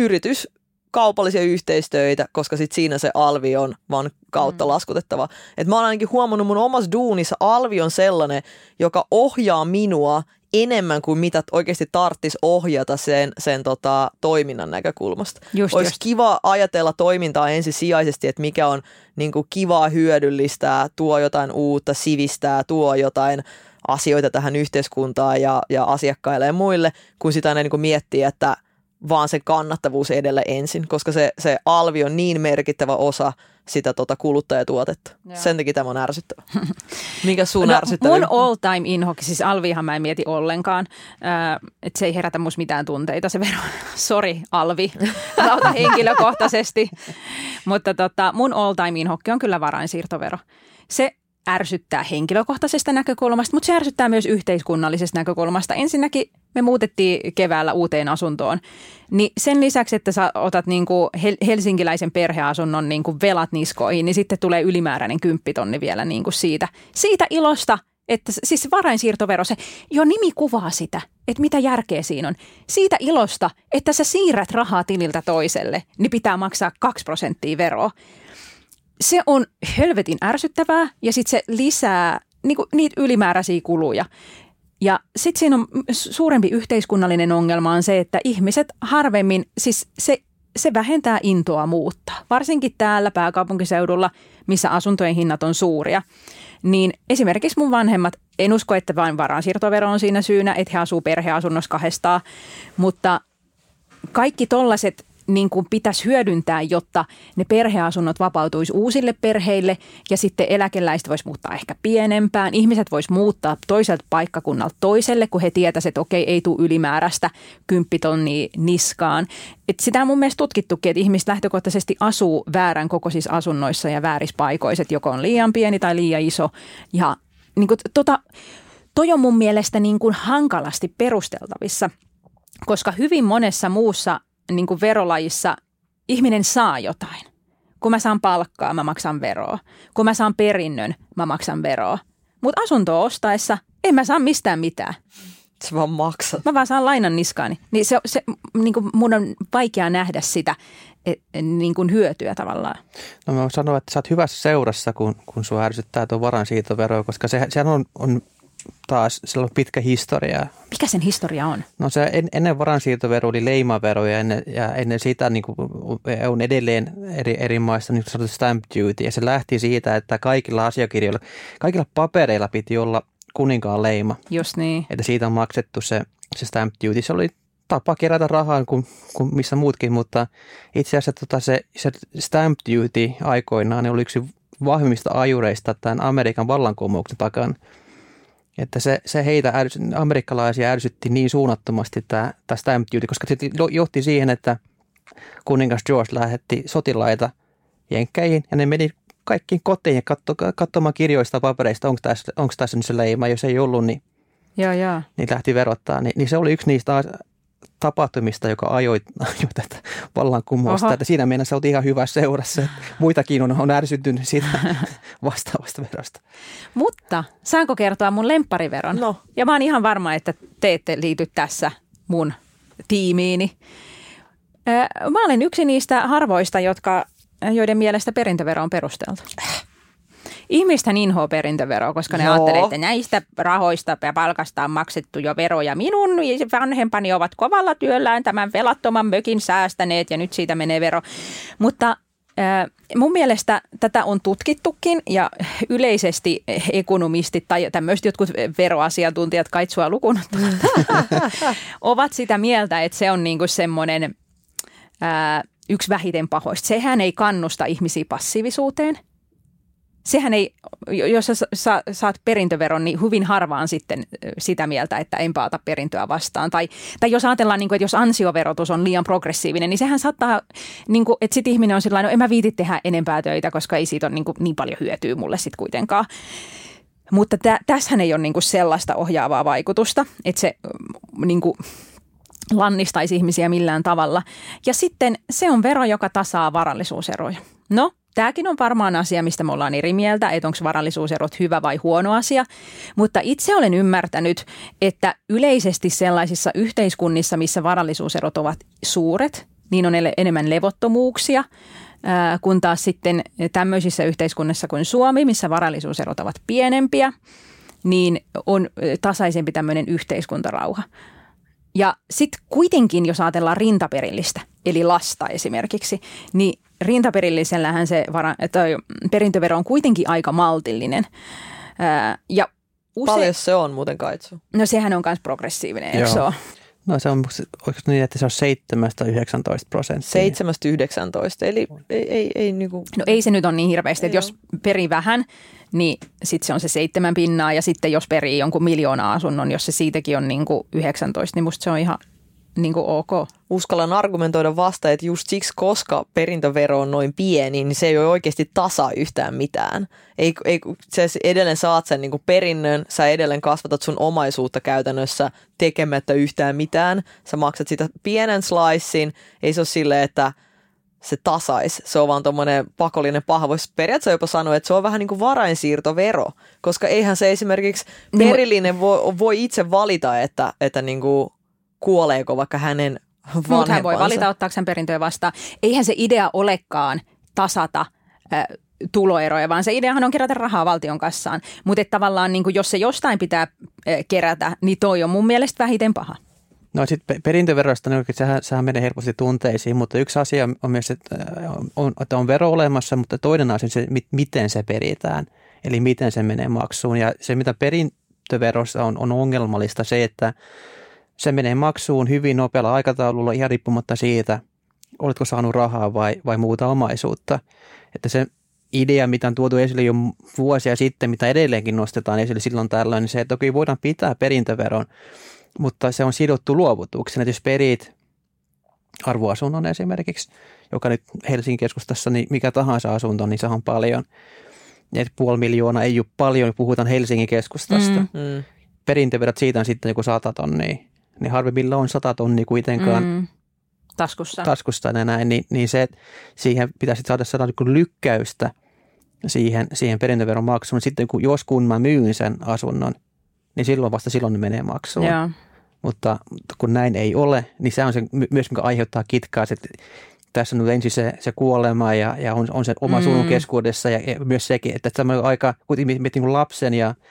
kaupallisia yhteistöitä, koska sit siinä se alvi on vaan kautta laskutettava. Et mä oon ainakin huomannut mun omassa duunissa alvi on sellainen, joka ohjaa minua enemmän kuin mitä oikeasti tarvitsisi ohjata sen toiminnan näkökulmasta. Olisi kiva ajatella toimintaa ensisijaisesti, että mikä on niin kuin kivaa hyödyllistää, tuo jotain uutta, sivistää, tuo jotain asioita tähän yhteiskuntaan ja asiakkaille ja muille, kun sitä aina niin kuin miettii, että vaan se kannattavuus edellä ensin, koska se alvi on niin merkittävä osa sitä kuluttajatuotetta. Joo. Sen takia tämä on ärsyttävä. Mikä sun ärsyttävä? Mun all time inhoki, siis alvihan mä en mieti ollenkaan, että se ei herätä musta mitään tunteita se vero. Sori alvi, lauta henkilökohtaisesti. Mutta mun all time inhoki on kyllä varainsiirtovero. Se ärsyttää henkilökohtaisesta näkökulmasta, mutta se ärsyttää myös yhteiskunnallisesta näkökulmasta. Ensinnäkin me muutettiin keväällä uuteen asuntoon, niin sen lisäksi, että sä otat niinku helsinkiläisen perheasunnon niinku velat niskoihin, niin sitten tulee ylimääräinen 10 000 vielä niinku siitä ilosta, että siis varainsiirtovero, se jo nimi kuvaa sitä, että mitä järkeä siinä on. Siitä ilosta, että sä siirrät rahaa tililtä toiselle, niin pitää maksaa 2% veroa. Se on helvetin ärsyttävää ja sitten se lisää niitä ylimääräisiä kuluja. Ja sitten siinä on suurempi yhteiskunnallinen ongelma on se, että ihmiset harvemmin, siis se vähentää intoa muuttaa. Varsinkin täällä pääkaupunkiseudulla, missä asuntojen hinnat on suuria. Niin esimerkiksi mun vanhemmat, en usko, että vain varainsiirtovero on siinä syynä, että he asuu perheasunnossa kahdestaan, mutta kaikki tollaiset niin kuin pitäisi hyödyntää, jotta ne perheasunnot vapautuisi uusille perheille ja sitten eläkeläiset vois muuttaa ehkä pienempään. Ihmiset vois muuttaa toiselta paikkakunnalta toiselle, kun he tietäisivät, että okei, ei tule ylimääräistä 10 000 niskaan. Et sitä on mun mielestä tutkittukin, että ihmiset lähtökohtaisesti asuu väärän kokoisissa asunnoissa ja väärissä paikoissa, että joko on liian pieni tai liian iso. Ja niin kuin, toi on mun mielestä niin kuin hankalasti perusteltavissa, koska hyvin monessa muussa niin kuin verolajissa ihminen saa jotain. Kun mä saan palkkaa, mä maksan veroa. Kun mä saan perinnön, mä maksan veroa. Mutta asuntoa ostaessa en mä saa mistään mitään. Se vaan maksat. Mä vaan saan lainan niskaani. Niin se niin kuin mun on vaikea nähdä sitä niin kuin hyötyä tavallaan. No mä sanon, että sä oot hyvässä seurassa, kun sua ärsyttää tuon varainsiirtovero, koska sehän on taas sellainen pitkä historia. Mikä sen historia on? No se ennen varainsiirtovero oli leimavero ja ennen sitä niin kuin on edelleen eri maissa niin sanottu stamp duty. Ja se lähti siitä, että kaikilla asiakirjoilla, kaikilla papereilla piti olla kuninkaan leima. Just niin. Että siitä on maksettu se stamp duty. Se oli tapa kerätä rahaa kuin missä muutkin, mutta itse asiassa se stamp duty aikoinaan niin oli yksi vahvimmista ajureista tämän Amerikan vallankumouksen takana. Että se heitä amerikkalaisia ärsytti niin suunnattomasti tämä stamp duty, koska se johti siihen, että kuningas George lähetti sotilaita jenkkeihin ja ne meni kaikkiin kotiin ja katsomaan kirjoista papereista, onko tässä nyt se leima. Jos ei ollut, niin lähti verottaa. Niin se oli yksi niistä tapahtumista, joka ajoi tätä vallankumousta. Että siinä mielessä oltiin ihan hyvässä seurassa. Muitakin on ärsyttynyt siitä vastaavasta verosta. Mutta saanko kertoa mun lemppariveron? No. Ja mä oon ihan varma, että te ette liity tässä mun tiimiini. Mä olen yksi niistä harvoista, joiden mielestä perintövero on perusteltu. Ihmistähän inhoaa perintöveroa, koska ne ajattelee, että näistä rahoista ja palkasta on maksettu jo veroja. Minun vanhempani ovat kovalla työllään tämän velattoman mökin säästäneet ja nyt siitä menee vero. Mutta mun mielestä tätä on tutkittukin ja yleisesti ekonomistit tai tämmöiset jotkut veroasiantuntijat kaitsua lukuun ovat sitä mieltä, että se on niinku semmoinen yksi vähiten pahoista. Sehän ei kannusta ihmisiä passiivisuuteen. Sehän ei, jos sä saat perintöveron, niin hyvin harvaan sitten sitä mieltä, että enpä ota perintöä vastaan. Tai jos ajatellaan, että jos ansioverotus on liian progressiivinen, niin sehän saattaa, että sitten ihminen on sillä no en mä viiti tehdä enempää töitä, koska ei siitä ole niin paljon hyötyä mulle sitten kuitenkaan. Mutta tässähän ei ole sellaista ohjaavaa vaikutusta, että se lannistaisi ihmisiä millään tavalla. Ja sitten se on vero, joka tasaa varallisuuseroja. No, tämäkin on varmaan asia, mistä me ollaan eri mieltä, että onko varallisuuserot hyvä vai huono asia. Mutta itse olen ymmärtänyt, että yleisesti sellaisissa yhteiskunnissa, missä varallisuuserot ovat suuret, niin on enemmän levottomuuksia. Kun taas sitten tämmöisissä yhteiskunnissa kuin Suomi, missä varallisuuserot ovat pienempiä, niin on tasaisempi tämmöinen yhteiskuntarauha. Ja sitten kuitenkin, jos ajatellaan rintaperillistä, eli lasta esimerkiksi, niin rintaperillisellähän se perintövero on kuitenkin aika maltillinen. Ja paljon se on muuten, Kaitsu? No sehän on myös progressiivinen, eikö se ole? No se on oikeastaan niin, että se on 7-19%. Eli ei niinku... No ei se nyt ole niin hirveästi, että jos perii vähän, niin sitten se on se 7 pinnaa ja sitten jos perii jonkun 1 miljoonaa asunnon, jos se siitäkin on niinku 19, niin musta se on ihan niinku ok. Uskallan argumentoida vasta, että just siksi, koska perintövero on noin pieni, niin se ei ole oikeasti tasa yhtään mitään. Sä edelleen saat sen niinku perinnön, sä edelleen kasvatat sun omaisuutta käytännössä tekemättä yhtään mitään. Sä maksat sitä pienen slicein, ei se ole silleen, että se tasaisi. Se on vaan tommoinen pakollinen paha. Voisi periaatteessa jopa sanoa, että se on vähän niin kuin varainsiirtovero, koska eihän se esimerkiksi perillinen voi itse valita, että niin kuin kuoleeko vaikka hänen vanhempansa. Mutta hän voi valita, ottaako hän perintöä vastaan. Eihän se idea olekaan tasata tuloeroja, vaan se ideahan on kerätä rahaa valtion kassaan. Mutta tavallaan niin kuin, jos se jostain pitää kerätä, niin toi on mun mielestä vähiten paha. No sitten perintöverosta, niin sehän menee helposti tunteisiin, mutta yksi asia on myös, että on vero olemassa, mutta toinen asia on se, miten se peritään, eli miten se menee maksuun. Ja se, mitä perintöverossa on ongelmallista, se, että se menee maksuun hyvin nopealla aikataululla ihan riippumatta siitä, oletko saanut rahaa vai muuta omaisuutta. Että se idea, mitä on tuotu esille jo vuosia sitten, mitä edelleenkin nostetaan esille silloin tällöin, niin se, että toki voidaan pitää perintöveron, mutta se on sidottu luovutukseen. Että jos perit arvoasunnon esimerkiksi, joka nyt Helsingin keskustassa, niin mikä tahansa asunto, niin se on paljon. Ja 500 000 ei ole paljon, puhutaan Helsingin keskustasta. Perintöverot siitä on sitten joku 100 tonnia. Niin harvemmilla on 100 tonnia kuitenkaan taskussa ja näin. Niin se, siihen pitäisi saada niin lykkäystä siihen perintöveron maksuun. Sitten kun mä myyn sen asunnon, niin silloin ne menee maksuun. Joo. Mutta kun näin ei ole, niin se on se myös, mikä aiheuttaa kitkaa. Että tässä on nyt ensin se kuolema ja on se oma sunun keskuudessa ja myös sekin, että tämä aika, kun miettii lapsen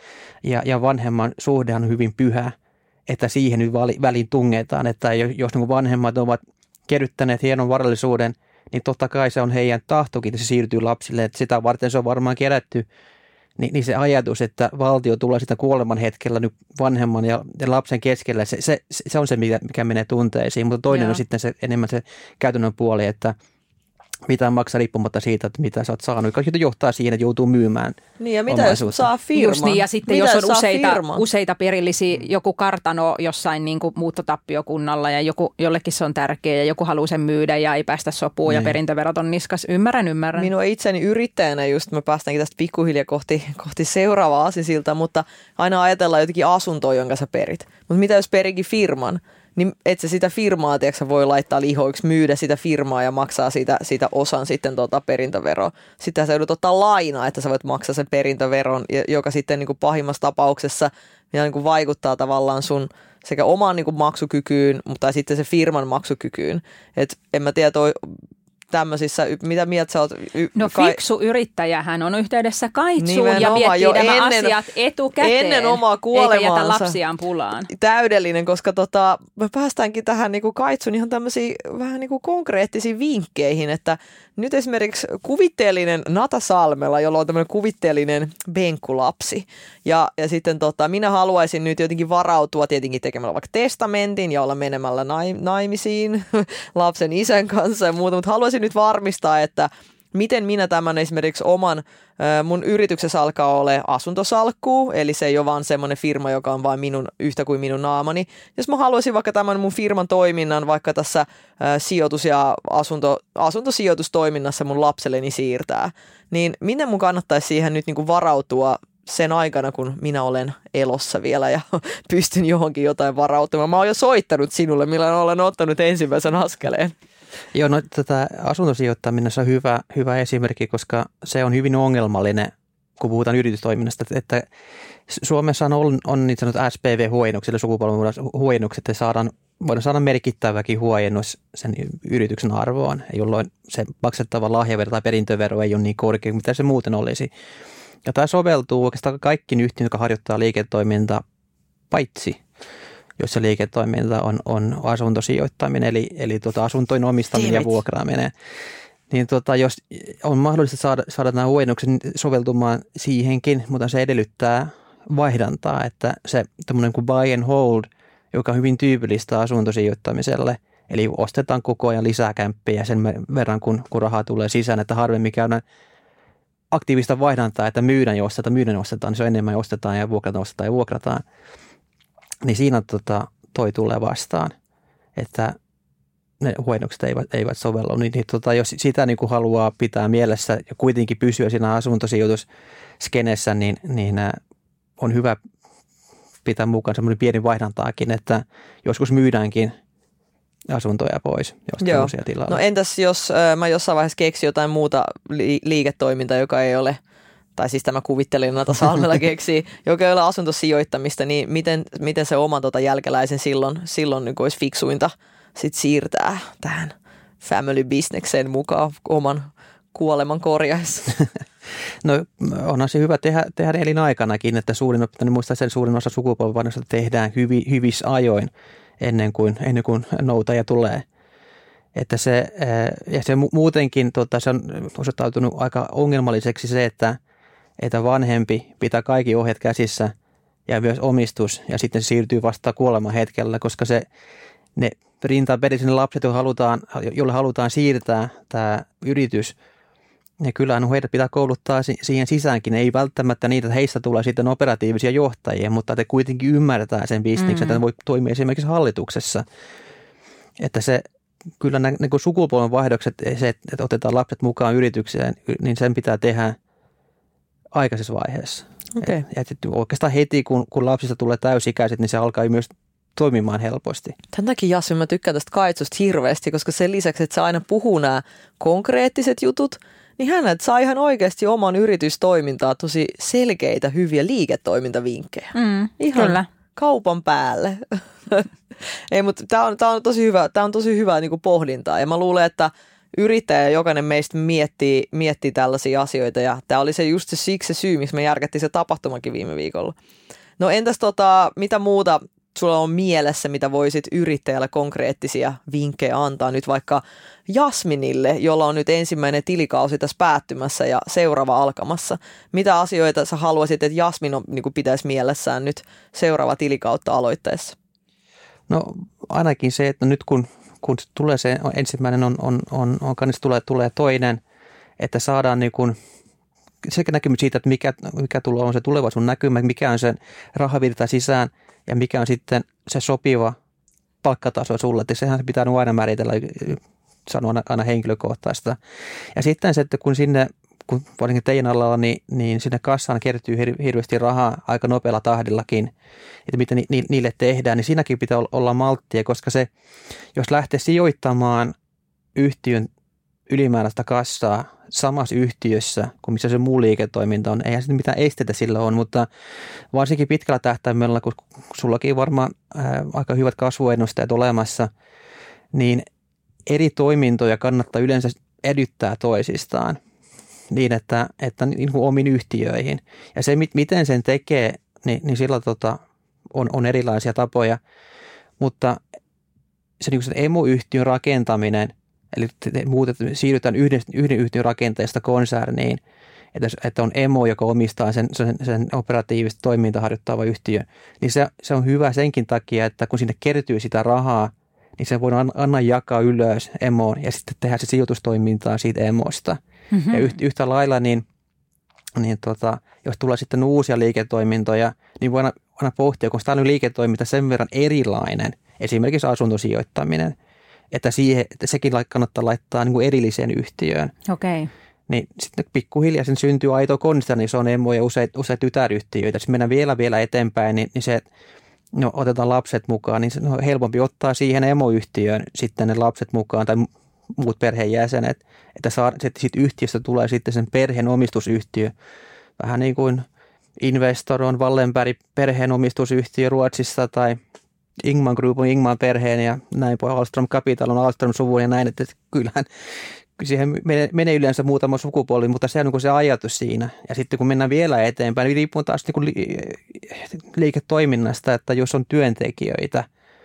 ja vanhemman suhde on hyvin pyhä, että siihen nyt väliin tungetaan, että jos vanhemmat ovat kerryttäneet hienon varallisuuden, niin totta kai se on heidän tahtokin, että se siirtyy lapsille, että sitä varten se on varmaan kerätty niin se ajatus, että valtio tulee sitä kuoleman hetkellä nyt vanhemman ja lapsen keskellä, se on se, mikä menee tunteisiin. Mutta toinen on sitten enemmän se käytännön puoli, että mitä maksaa riippumatta siitä, että mitä sä oot saanut. Kaikki johtaa siihen, että joutuu myymään niin ja mitä jos saa firman? Just niin, ja sitten mitä jos on useita perillisiä, joku kartano jossain niin kuin muuttotappiokunnalla ja jollekin se on tärkeä ja joku haluaa sen myydä ja ei päästä sopuun ja perintöverot on niskas. Ymmärrän. Minua itseni yrittäjänä just, me päästäänkin tästä pikkuhiljaa kohti seuraavaa aasinsiltaa, mutta aina ajatellaan jotenkin asuntoa, jonka sä perit. Mutta mitä jos perikin firman? Niin et sä sitä firmaa, tiedätkö, voi laittaa lihoiksi, myydä sitä firmaa ja maksaa siitä osan sitten perintöveroa. Sitten sä joudut ottaa lainaa, että sä voit maksaa sen perintöveron, joka sitten niin kuin pahimmassa tapauksessa niin kuin vaikuttaa tavallaan sun sekä omaan niin kuin maksukykyyn, mutta sitten se firman maksukykyyn. Et en mä tiedä, tämmöisissä, mitä mieltä sä oot? Fiksu yrittäjähän on yhteydessä Kaitsuun ja miettii nämä asiat etukäteen. Ennen omaa kuolemaansa. Eikä jätä lapsiaan pulaan. Täydellinen, koska me päästäänkin tähän niinku Kaitsun ihan tämmöisiin vähän niinku konkreettisiin vinkkeihin, että nyt esimerkiksi kuvitteellinen Nata Salmela, jolla on tämmöinen kuvitteellinen benkkulapsi. Ja sitten minä haluaisin nyt jotenkin varautua tietenkin tekemällä vaikka testamentin ja olla menemällä naimisiin lapsen isän kanssa ja muuta, mutta haluaisin nyt varmistaa, että miten minä tämän esimerkiksi mun yrityksessä alkaa olla asuntosalkkuu, eli se ei ole vaan semmoinen firma, joka on vain yhtä kuin minun naamani. Jos mä haluaisin vaikka tämän mun firman toiminnan vaikka tässä sijoitus- ja asuntosijoitustoiminnassa mun lapselleni siirtää, niin miten mun kannattaisi siihen nyt niin kuin varautua sen aikana, kun minä olen elossa vielä ja pystyn johonkin jotain varautumaan. Mä oon jo soittanut sinulle, millä olen ottanut ensimmäisen askeleen. Joo, no tätä asuntosijoittaminen on hyvä esimerkki, koska se on hyvin ongelmallinen, kun puhutaan yritystoiminnasta, että Suomessa on niin sanotut SPV-huojennukset, eli sukupolvenhuojennukset, että voidaan saada merkittäväkin huojennus sen yrityksen arvoon, jolloin se maksettava lahjavero tai perintövero ei ole niin korkea kuin mitä se muuten olisi. Ja tämä soveltuu oikeastaan kaikkiin yhtiöihin, jotka harjoittaa liiketoimintaa, paitsi jos se liiketoiminta on asuntosijoittaminen, eli asuntojen omistaminen ja vuokraaminen. Niin jos on mahdollista saada nämä huojennukset soveltumaan siihenkin, mutta se edellyttää vaihdantaa, että se tämmöinen kuin buy and hold, joka on hyvin tyypillistä asuntosijoittamiselle, eli ostetaan koko ajan lisää kämppiä sen verran, kun rahaa tulee sisään, että harvemmin käydään aktiivista vaihdantaa, että myydään ja ostetaan, niin se on enemmän ja ostetaan ja vuokrataan. Niin siinä toi tulee vastaan, että ne huojennukset eivät sovellu. Niin, jos sitä niin kuin haluaa pitää mielessä ja kuitenkin pysyä siinä asuntosijoitusskenessä, niin on hyvä pitää mukaan semmoinen pieni vaihdantaakin, että joskus myydäänkin asuntoja pois, jos uusia tilalla. No entäs jos mä jossain vaiheessa keksin jotain muuta liiketoimintaa, joka ei ole, tai siis tämä kuvittelin Nata Salmela keksii, joka ei ole asuntosijoittamista, niin miten se oma jälkeläisen silloin niin olisi fiksuinta sit siirtää tähän family businekseen mukaan oman kuoleman korjaessa? No onhan se hyvä tehdä elinaikanakin, että suurin osa sukupolvenvaihdoksista tehdään hyvissä ajoin ennen kuin noutaja tulee. Että se muutenkin se on osoittautunut aika ongelmalliseksi se, että vanhempi pitää kaikki ohjeet käsissä ja myös omistus ja sitten se siirtyy vasta kuoleman hetkellä, koska ne rintaperilliset lapset, joille halutaan siirtää tämä yritys, ja kyllähän heidät pitää kouluttaa siihen sisäänkin. Ei välttämättä niitä, että heistä tulee sitten operatiivisia johtajia, mutta te kuitenkin ymmärtää sen bisneksen, että voi toimia esimerkiksi hallituksessa. Että se kyllä niin sukupolvenvaihdokset, se, että otetaan lapset mukaan yritykseen, niin sen pitää tehdä aikaisessa vaiheessa. Okay. Ja oikeastaan heti, kun lapsista tulee täysikäiset, niin se alkaa myös toimimaan helposti. Tämän takia, Jasmin, mä tykkään tästä Kaitsusta hirveästi, koska sen lisäksi, että se aina puhuu nämä konkreettiset jutut, niin hän saa ihan oikeasti oman yritystoimintaa tosi selkeitä, hyviä liiketoimintavinkkejä. Ihan kyllä. Kaupan päälle. Ei, mutta tämä on tosi hyvä niin kuin pohdintaa. Ja mä luulen, että yrittäjä jokainen meistä miettii tällaisia asioita. Ja tämä oli just siksi se syy, miksi me järkättiin se tapahtumakin viime viikolla. No entäs mitä muuta sulla on mielessä, mitä voisit yrittäjälle konkreettisia vinkkejä antaa nyt vaikka Jasminille, jolla on nyt ensimmäinen tilikausi tässä päättymässä ja seuraava alkamassa. Mitä asioita sä haluaisit, että Jasmin niin kuin pitäisi mielessään nyt seuraava tilikautta aloitteessa? No ainakin se, että nyt kun tulee se ensimmäinen tulee toinen, että saadaan niin kuin sekä näkymys siitä, että mikä on se tulevaisuuden näkymä, mikä on se rahavirta sisään ja mikä on sitten se sopiva palkkataso sulle. Että sehän pitää aina määritellä, sanoa aina henkilökohtaista. Ja sitten se, että kun varsinkin teidän alalla, niin sinne kassaan kertyy hirveästi rahaa aika nopealla tahdillakin, että mitä niille tehdään, niin siinäkin pitää olla malttia, koska se, jos lähtee sijoittamaan yhtiön ylimääräistä kassaa samassa yhtiössä kuin missä se muu liiketoiminta on, eihän sitten mitään estetä sillä on, mutta varsinkin pitkällä tähtäimellä, kun sullakin varmaan aika hyvät kasvuennusteet olemassa, niin eri toimintoja kannattaa yleensä edyttää toisistaan niin, että niin kuin omiin yhtiöihin. Ja se, miten sen tekee, niin sillä on erilaisia tapoja, mutta se, niin kuin se emoyhtiön rakentaminen, eli siirrytään yhden yhtiön rakenteesta konserniin, että on emo, joka omistaa sen operatiivista toimintaa harjoittava yhtiö, niin se on hyvä senkin takia, että kun sinne kertyy sitä rahaa, niin se voidaan aina jakaa ylös emoon ja sitten tehdä se sijoitustoimintaa siitä emosta. Mm-hmm. Ja yhtä lailla, jos tulee sitten uusia liiketoimintoja, niin voidaan aina pohtia, kun tämä on liiketoiminta sen verran erilainen, esimerkiksi asuntosijoittaminen, että sekin kannattaa laittaa niin kuin erilliseen yhtiöön. Okei. Niin sitten pikkuhiljaa sen syntyy aito konserni, se on emo ja useat tytäryhtiöitä. Sitten mennään vielä eteenpäin, niin se, otetaan lapset mukaan, niin se on helpompi ottaa siihen emoyhtiöön sitten ne lapset mukaan tai muut perheenjäsenet, että siitä yhtiöstä tulee sitten sen perheen omistusyhtiö. Vähän niin kuin Investor on Wallenberg perheen omistusyhtiö Ruotsissa tai Ingman Group on Ingman perheen ja näin pois. Ahlström Capital on Ahlström-suvun ja näin, että kyllähän siihen menee yleensä muutama sukupuoli, mutta se on niin se ajatus siinä. Ja sitten kun mennään vielä eteenpäin, niin riippuu taas niin liiketoiminnasta, että jos on työntekijöitä,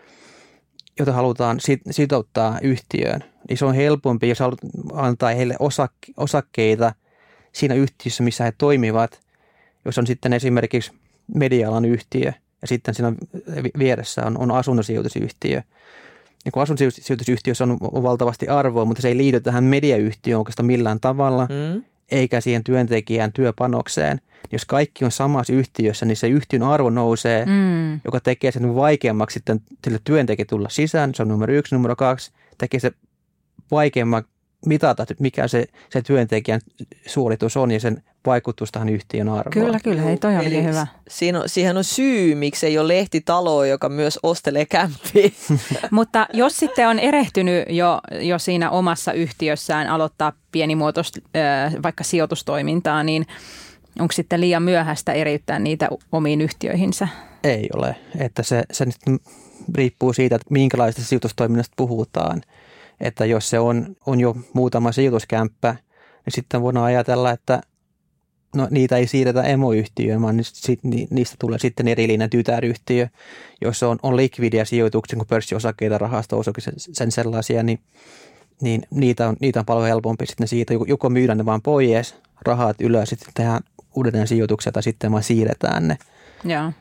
joita halutaan sitouttaa yhtiöön, niin se on helpompi, jos haluat antaa heille osakkeita siinä yhtiössä, missä he toimivat, jos on sitten esimerkiksi media-alan yhtiö ja sitten siinä vieressä on asuntosijoitusyhtiö. Niin kun asuntosijoitusyhtiössä on valtavasti arvoa, mutta se ei liity tähän mediayhtiöön oikeastaan millään tavalla, eikä siihen työntekijän työpanokseen. Jos kaikki on samassa yhtiössä, niin se yhtiön arvo nousee, joka tekee sen vaikeammaksi sitten sille työntekijä tulla sisään. Se on numero 1, numero 2, tekee se vaikeamman mitata, mikä se työntekijän suoritus on ja sen vaikutus tähän yhtiön arvoon. Kyllä, hei, toi olikin hyvä. Siihen on syy, miksi ei ole lehtitaloa, joka myös ostelee kämppiä. Mutta jos sitten on erehtynyt jo siinä omassa yhtiössään aloittaa pienimuotoista vaikka sijoitustoimintaa, niin onko sitten liian myöhäistä eriyttää niitä omiin yhtiöihinsä? Ei ole, että se nyt riippuu siitä, että minkälaisesta sijoitustoiminnasta puhutaan. Että jos se on jo muutama sijoituskämppä, niin sitten voidaan ajatella, että niitä ei siirretä emoyhtiöön, vaan niistä tulee sitten erillinen tytäryhtiö. Jos on likvidia sijoituksia, kun pörssiosakkeita, rahasto-osakkeita, sen sellaisia, niin niitä on paljon helpompi sitten siitä. Joko myydään ne vaan pois, rahat ylös, sitten tehdään uudelleen sijoituksia tai sitten vaan siirretään ne. Joo.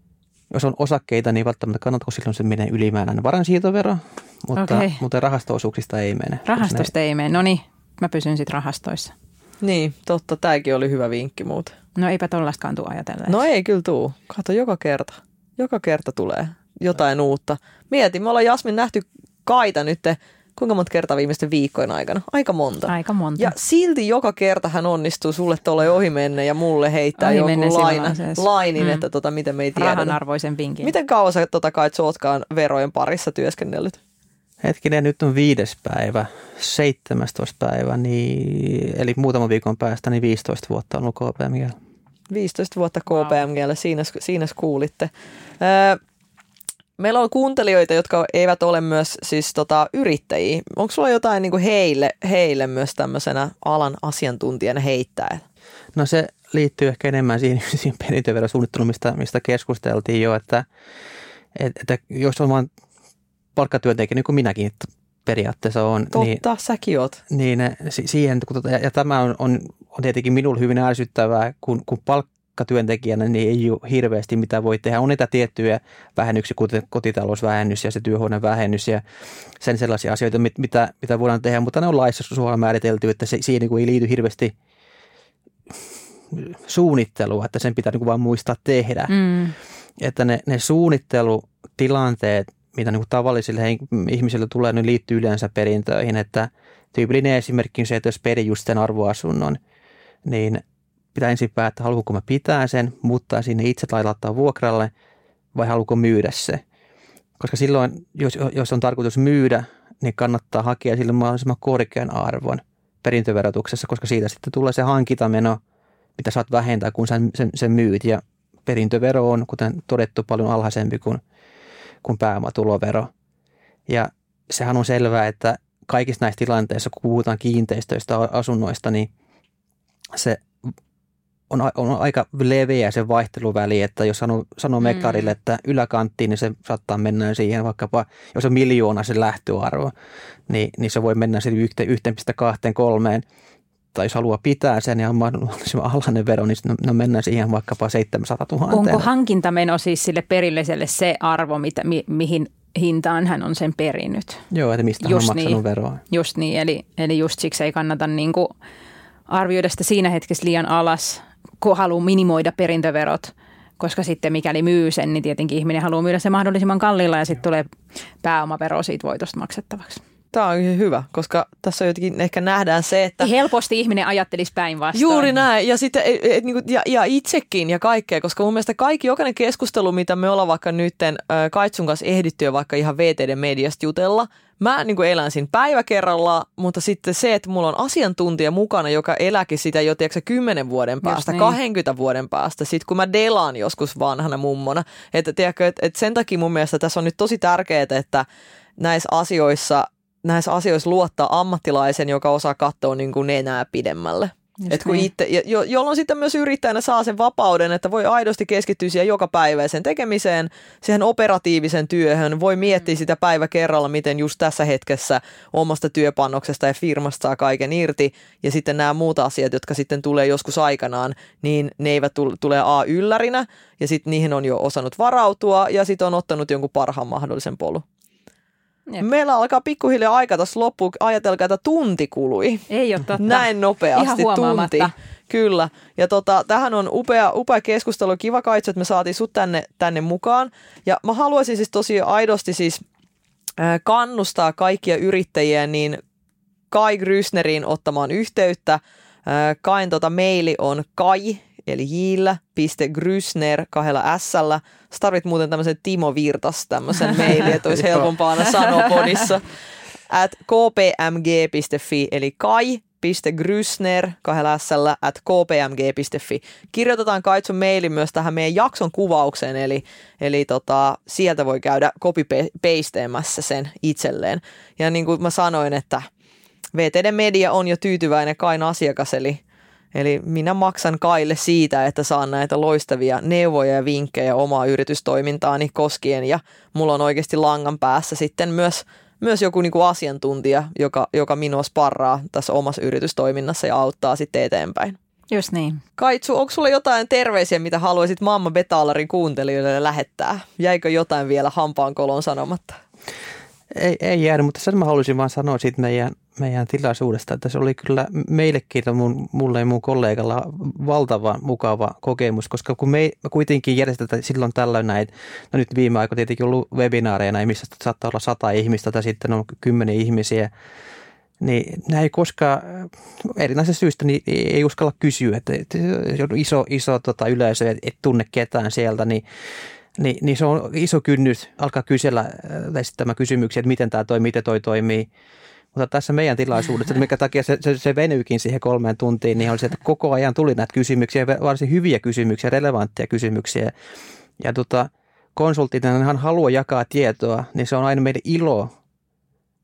Jos on osakkeita, niin välttämättä kannattaa, kun silloin se menee ylimääräinen varainsiirtovero, mutta rahasto-osuuksista ei mene. Rahastosta ei mene. No niin, mä pysyn sitten rahastoissa. Niin, totta. Tämäkin oli hyvä vinkki muuten. No eipä tollastakaan tule ajatella. No ei kyllä tuu. Kato, joka kerta tulee jotain uutta. Mieti, me ollaan Jasmin nähty Kaita nyt kuinka monta kertaa viimeisten viikkojen aikana? Aika monta. Ja silti joka kerta hän onnistuu sulle tuolle ohi menne ja mulle heittää joku lainin, että miten me ei tiedetä. Rahanarvoisen vinkin. Miten kauan sä Kait ootkaan verojen parissa työskennellyt? Hetkinen, nyt on 5. päivä, 17. päivä, eli muutaman viikon päästä, niin 15 vuotta on ollut KPMG. 15 vuotta KPMG:llä, siinä kuulitte. Meillä on kuuntelijoita, jotka eivät ole myös siis yrittäjiä. Onko sulla jotain niin kuin heille myös tämmöisenä alan asiantuntijana heittää? No se liittyy ehkä enemmän siihen perintöverosuunnitteluun, mistä keskusteltiin jo, että Että jos on vaan palkkatyöntekijä, niin kuin minäkin periaatteessa on. Totta, säkin oot. Niin siihen, ja tämä on tietenkin minulle hyvin ärsyttävää, kun palkkatyöntekijänä niin ei ole hirveästi mitä voi tehdä. On niitä tiettyjä vähennyksiä, kuten kotitalousvähennys ja se työhuonevähennys ja sen sellaisia asioita, mitä voidaan tehdä, mutta ne on laissa suoraan määritelty, että siihen ei liity hirveästi suunnittelua, että sen pitää niin kuin vaan muistaa tehdä. Että ne suunnittelutilanteet, mitä niin kuin tavallisille ihmisille tulee, ne liittyy yleensä perintöihin, että tyypillinen esimerkki on se, että jos perin just sen arvoasunnon, niin pitää ensin päättää, haluanko mä pitää sen, mutta sinne itse tai laittaa vuokralle vai haluanko myydä se. Koska silloin, jos on tarkoitus myydä, niin kannattaa hakea sille mahdollisimman korkean arvon perintöverotuksessa, koska siitä sitten tulee se hankintameno, mitä saat vähentää, kun sen myyt. Ja perintövero on, kuten todettu, paljon alhaisempi kuin pääomatulovero. Ja sehän on selvää, että kaikissa näissä tilanteissa, kun puhutaan kiinteistöistä, asunnoista, niin se on aika leveä se vaihteluväli, että jos sanoo meklarille, että yläkanttiin, niin se saattaa mennä siihen vaikkapa, jos on 1 miljoona se lähtöarvo, niin se voi mennä siihen 1,2-3, tai jos haluaa pitää sen ja on mahdollisimman alhainen vero, niin no mennään siihen vaikkapa 700 000. Onko hankintameno siis sille perilliselle se arvo, mihin hintaan hän on sen perinnyt? Joo, että mistä hän on maksanut veroa. Just niin, eli just siksi ei kannata niinku arvioida sitä siinä hetkessä liian alas, kun haluaa minimoida perintöverot, koska sitten mikäli myy sen, niin tietenkin ihminen haluaa myydä se mahdollisimman kalliilla ja sitten tulee pääomavero siitä voitosta maksettavaksi. Tämä on hyvä, koska tässä jotenkin ehkä nähdään se, että helposti ihminen ajattelisi päinvastoin. Juuri näin, ja sitten ja itsekin ja kaikkea, koska mun mielestä jokainen keskustelu, mitä me ollaan vaikka nytten Kaitsun kanssa ehdittyä vaikka ihan VTD Mediasta jutella, mä niin kuin elän siinä päivä kerrallaan, mutta sitten se, että mulla on asiantuntija mukana, joka eläkin sitä jo 10 vuoden päästä, niin. 20 vuoden päästä, sitten kun mä delaan joskus vanhana mummona. Että sen takia mun mielestä tässä on nyt tosi tärkeää, että näissä asioissa luottaa ammattilaisen, joka osaa katsoa niin kuin nenää pidemmälle. Et kun itse, jolloin sitten myös yrittäjänä saa sen vapauden, että voi aidosti keskittyä siihen jokapäiväiseen tekemiseen, siihen operatiivisen työhön, voi miettiä sitä päivä kerralla, miten just tässä hetkessä omasta työpanoksesta ja firmasta saa kaiken irti, ja sitten nämä muut asiat, jotka sitten tulee joskus aikanaan, niin ne eivät tule yllärinä, ja sitten niihin on jo osannut varautua, ja sitten on ottanut jonkun parhaan mahdollisen polun. Jep. Meillä alkaa pikkuhiljaa aika tuossa loppuun. Ajatelkaa, että tunti kului. Ei ole totta. Näin nopeasti. Ihan huomaamatta. Tunti. Kyllä. Ja tähän on upea keskustelu. Kiva Kaitsu, että me saatiin sut tänne mukaan. Ja mä haluaisin siis tosiaan aidosti kannustaa kaikkia yrittäjiä niin Kai Grüsneriin ottamaan yhteyttä. Kain maili on kai, eli jillä.grüsner 2 s-llä. Sä tarvit muuten tämmöisen Timo Virtas tämmöisen maili, että olisi helpompaa aina sanoa podissa. @kpmg.fi, eli kai.grüsner 2 s-llä @kpmg.fi. Kirjoitetaan Kaitsun maili myös tähän meidän jakson kuvaukseen, eli sieltä voi käydä copy-pasteemässä sen itselleen. Ja niin kuin mä sanoin, että VTD Media on jo tyytyväinen Kain asiakas, eli minä maksan Kaille siitä, että saan näitä loistavia neuvoja ja vinkkejä omaa yritystoimintaani koskien, ja mulla on oikeasti langan päässä sitten myös joku niin kuin asiantuntija, joka minua sparraa tässä omassa yritystoiminnassa ja auttaa sitten eteenpäin. Just niin. Kaitsu, onko sulla jotain terveisiä, mitä haluaisit Mamma Betaalarin kuuntelijoille lähettää? Jäikö jotain vielä hampaankoloon sanomatta? Ei jäänyt, mutta sen mä haluaisin vaan sanoa siitä meidän tilaisuudesta, että se oli kyllä meillekin, mulle ja mun kollegalla valtava mukava kokemus, koska kun me kuitenkin järjestetään silloin tällöin näitä, no nyt viime aikoina tietenkin ollut webinaareja, missä saattaa olla 100 ihmistä tai sitten on 10 ihmisiä, niin nämä ei koskaan erinäisistä syystä niin ei uskalla kysyä, että iso yleisö, et tunne ketään sieltä, niin se on iso kynnys alkaa kysellä esittämään kysymyksiä, että miten tämä toimii, miten toi toimii. Mutta tässä meidän tilaisuudessa, minkä takia se venyykin siihen 3 tuntiin, niin oli se, että koko ajan tuli näitä kysymyksiä, varsin hyviä kysymyksiä, relevantteja kysymyksiä. Ja konsulttina hän haluaa jakaa tietoa, niin se on aina meidän ilo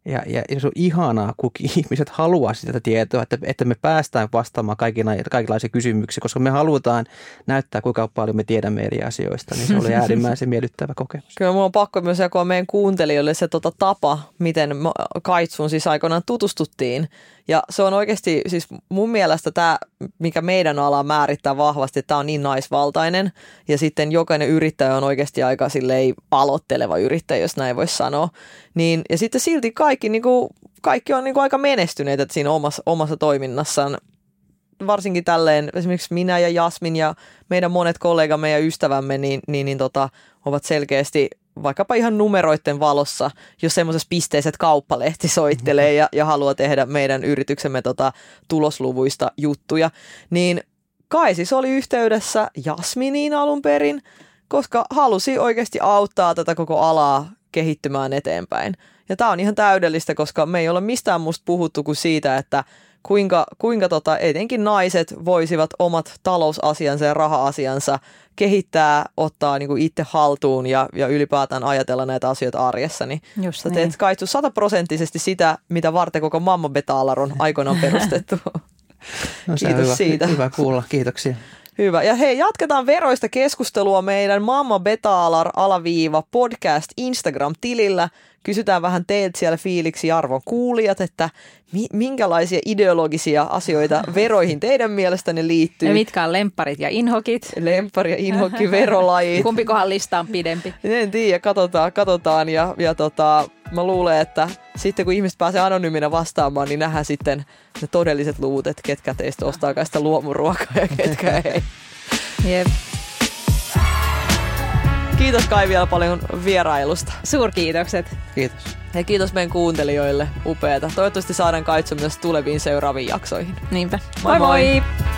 Ja se on ihanaa, kun ihmiset haluaa sitä tietoa, että me päästään vastaamaan kaikenlaisia kysymyksiä, koska me halutaan näyttää, kuinka paljon me tiedämme eri asioista, niin se oli äärimmäisen miellyttävä kokemus. Kyllä minun on pakko myös jakaa meidän kuuntelijoille se tapa, miten Kaitsuun siis aikoinaan tutustuttiin. Ja se on oikeasti, siis mun mielestä tämä, mikä meidän ala määrittää vahvasti, tämä on niin naisvaltainen. Ja sitten jokainen yrittäjä on oikeasti aika silleen aloitteleva yrittäjä, jos näin voisi sanoa. Niin, ja sitten silti kaikki on aika menestyneitä siinä omassa toiminnassaan. Varsinkin tälleen, esimerkiksi minä ja Jasmin ja meidän monet kollegamme ja ystävämme ovat selkeästi vaikkapa ihan numeroiden valossa, jos semmoisessa pisteessä, että Kauppalehti soittelee ja haluaa tehdä meidän yrityksemme tulosluvuista juttuja, niin Kai siis oli yhteydessä Jasminiin alun perin, koska halusi oikeasti auttaa tätä koko alaa kehittymään eteenpäin. Ja tämä on ihan täydellistä, koska me ei ole mistään musta puhuttu kuin siitä, että kuinka etenkin naiset voisivat omat talousasiansa ja raha-asiansa kehittää, ottaa niin kuin itse haltuun ja ylipäätään ajatella näitä asioita arjessa. Niin sä teet Kaitsu 100% sitä, mitä varten koko Mamma Betalar on aikoinaan perustettu. No, kiitos siitä. Hyvä kuulla, kiitoksia. Hyvä. Ja hei, jatketaan veroista keskustelua meidän Mamma Betalar _podcast Instagram-tilillä. Kysytään vähän teiltä siellä fiiliksi, arvon kuulijat, että minkälaisia ideologisia asioita veroihin teidän mielestänne liittyy. Ja mitkä on lempparit ja inhokit. Lemppari ja inhokki verolajit. Kumpikohan lista on pidempi? En tiedä, katsotaan ja mä luulen, että sitten kun ihmiset pääsee anonyyminä vastaamaan, niin nähdään sitten ne todelliset luvut, että ketkä teistä ostaa sitä luomuruokaa ja ketkä ei. Jep. Kiitos Kai vielä paljon vierailusta. Suurkiitokset. Kiitos. Ja kiitos meidän kuuntelijoille. Upeata. Toivottavasti saadaan Kaitsu myös tuleviin seuraaviin jaksoihin. Niinpä. Moi moi!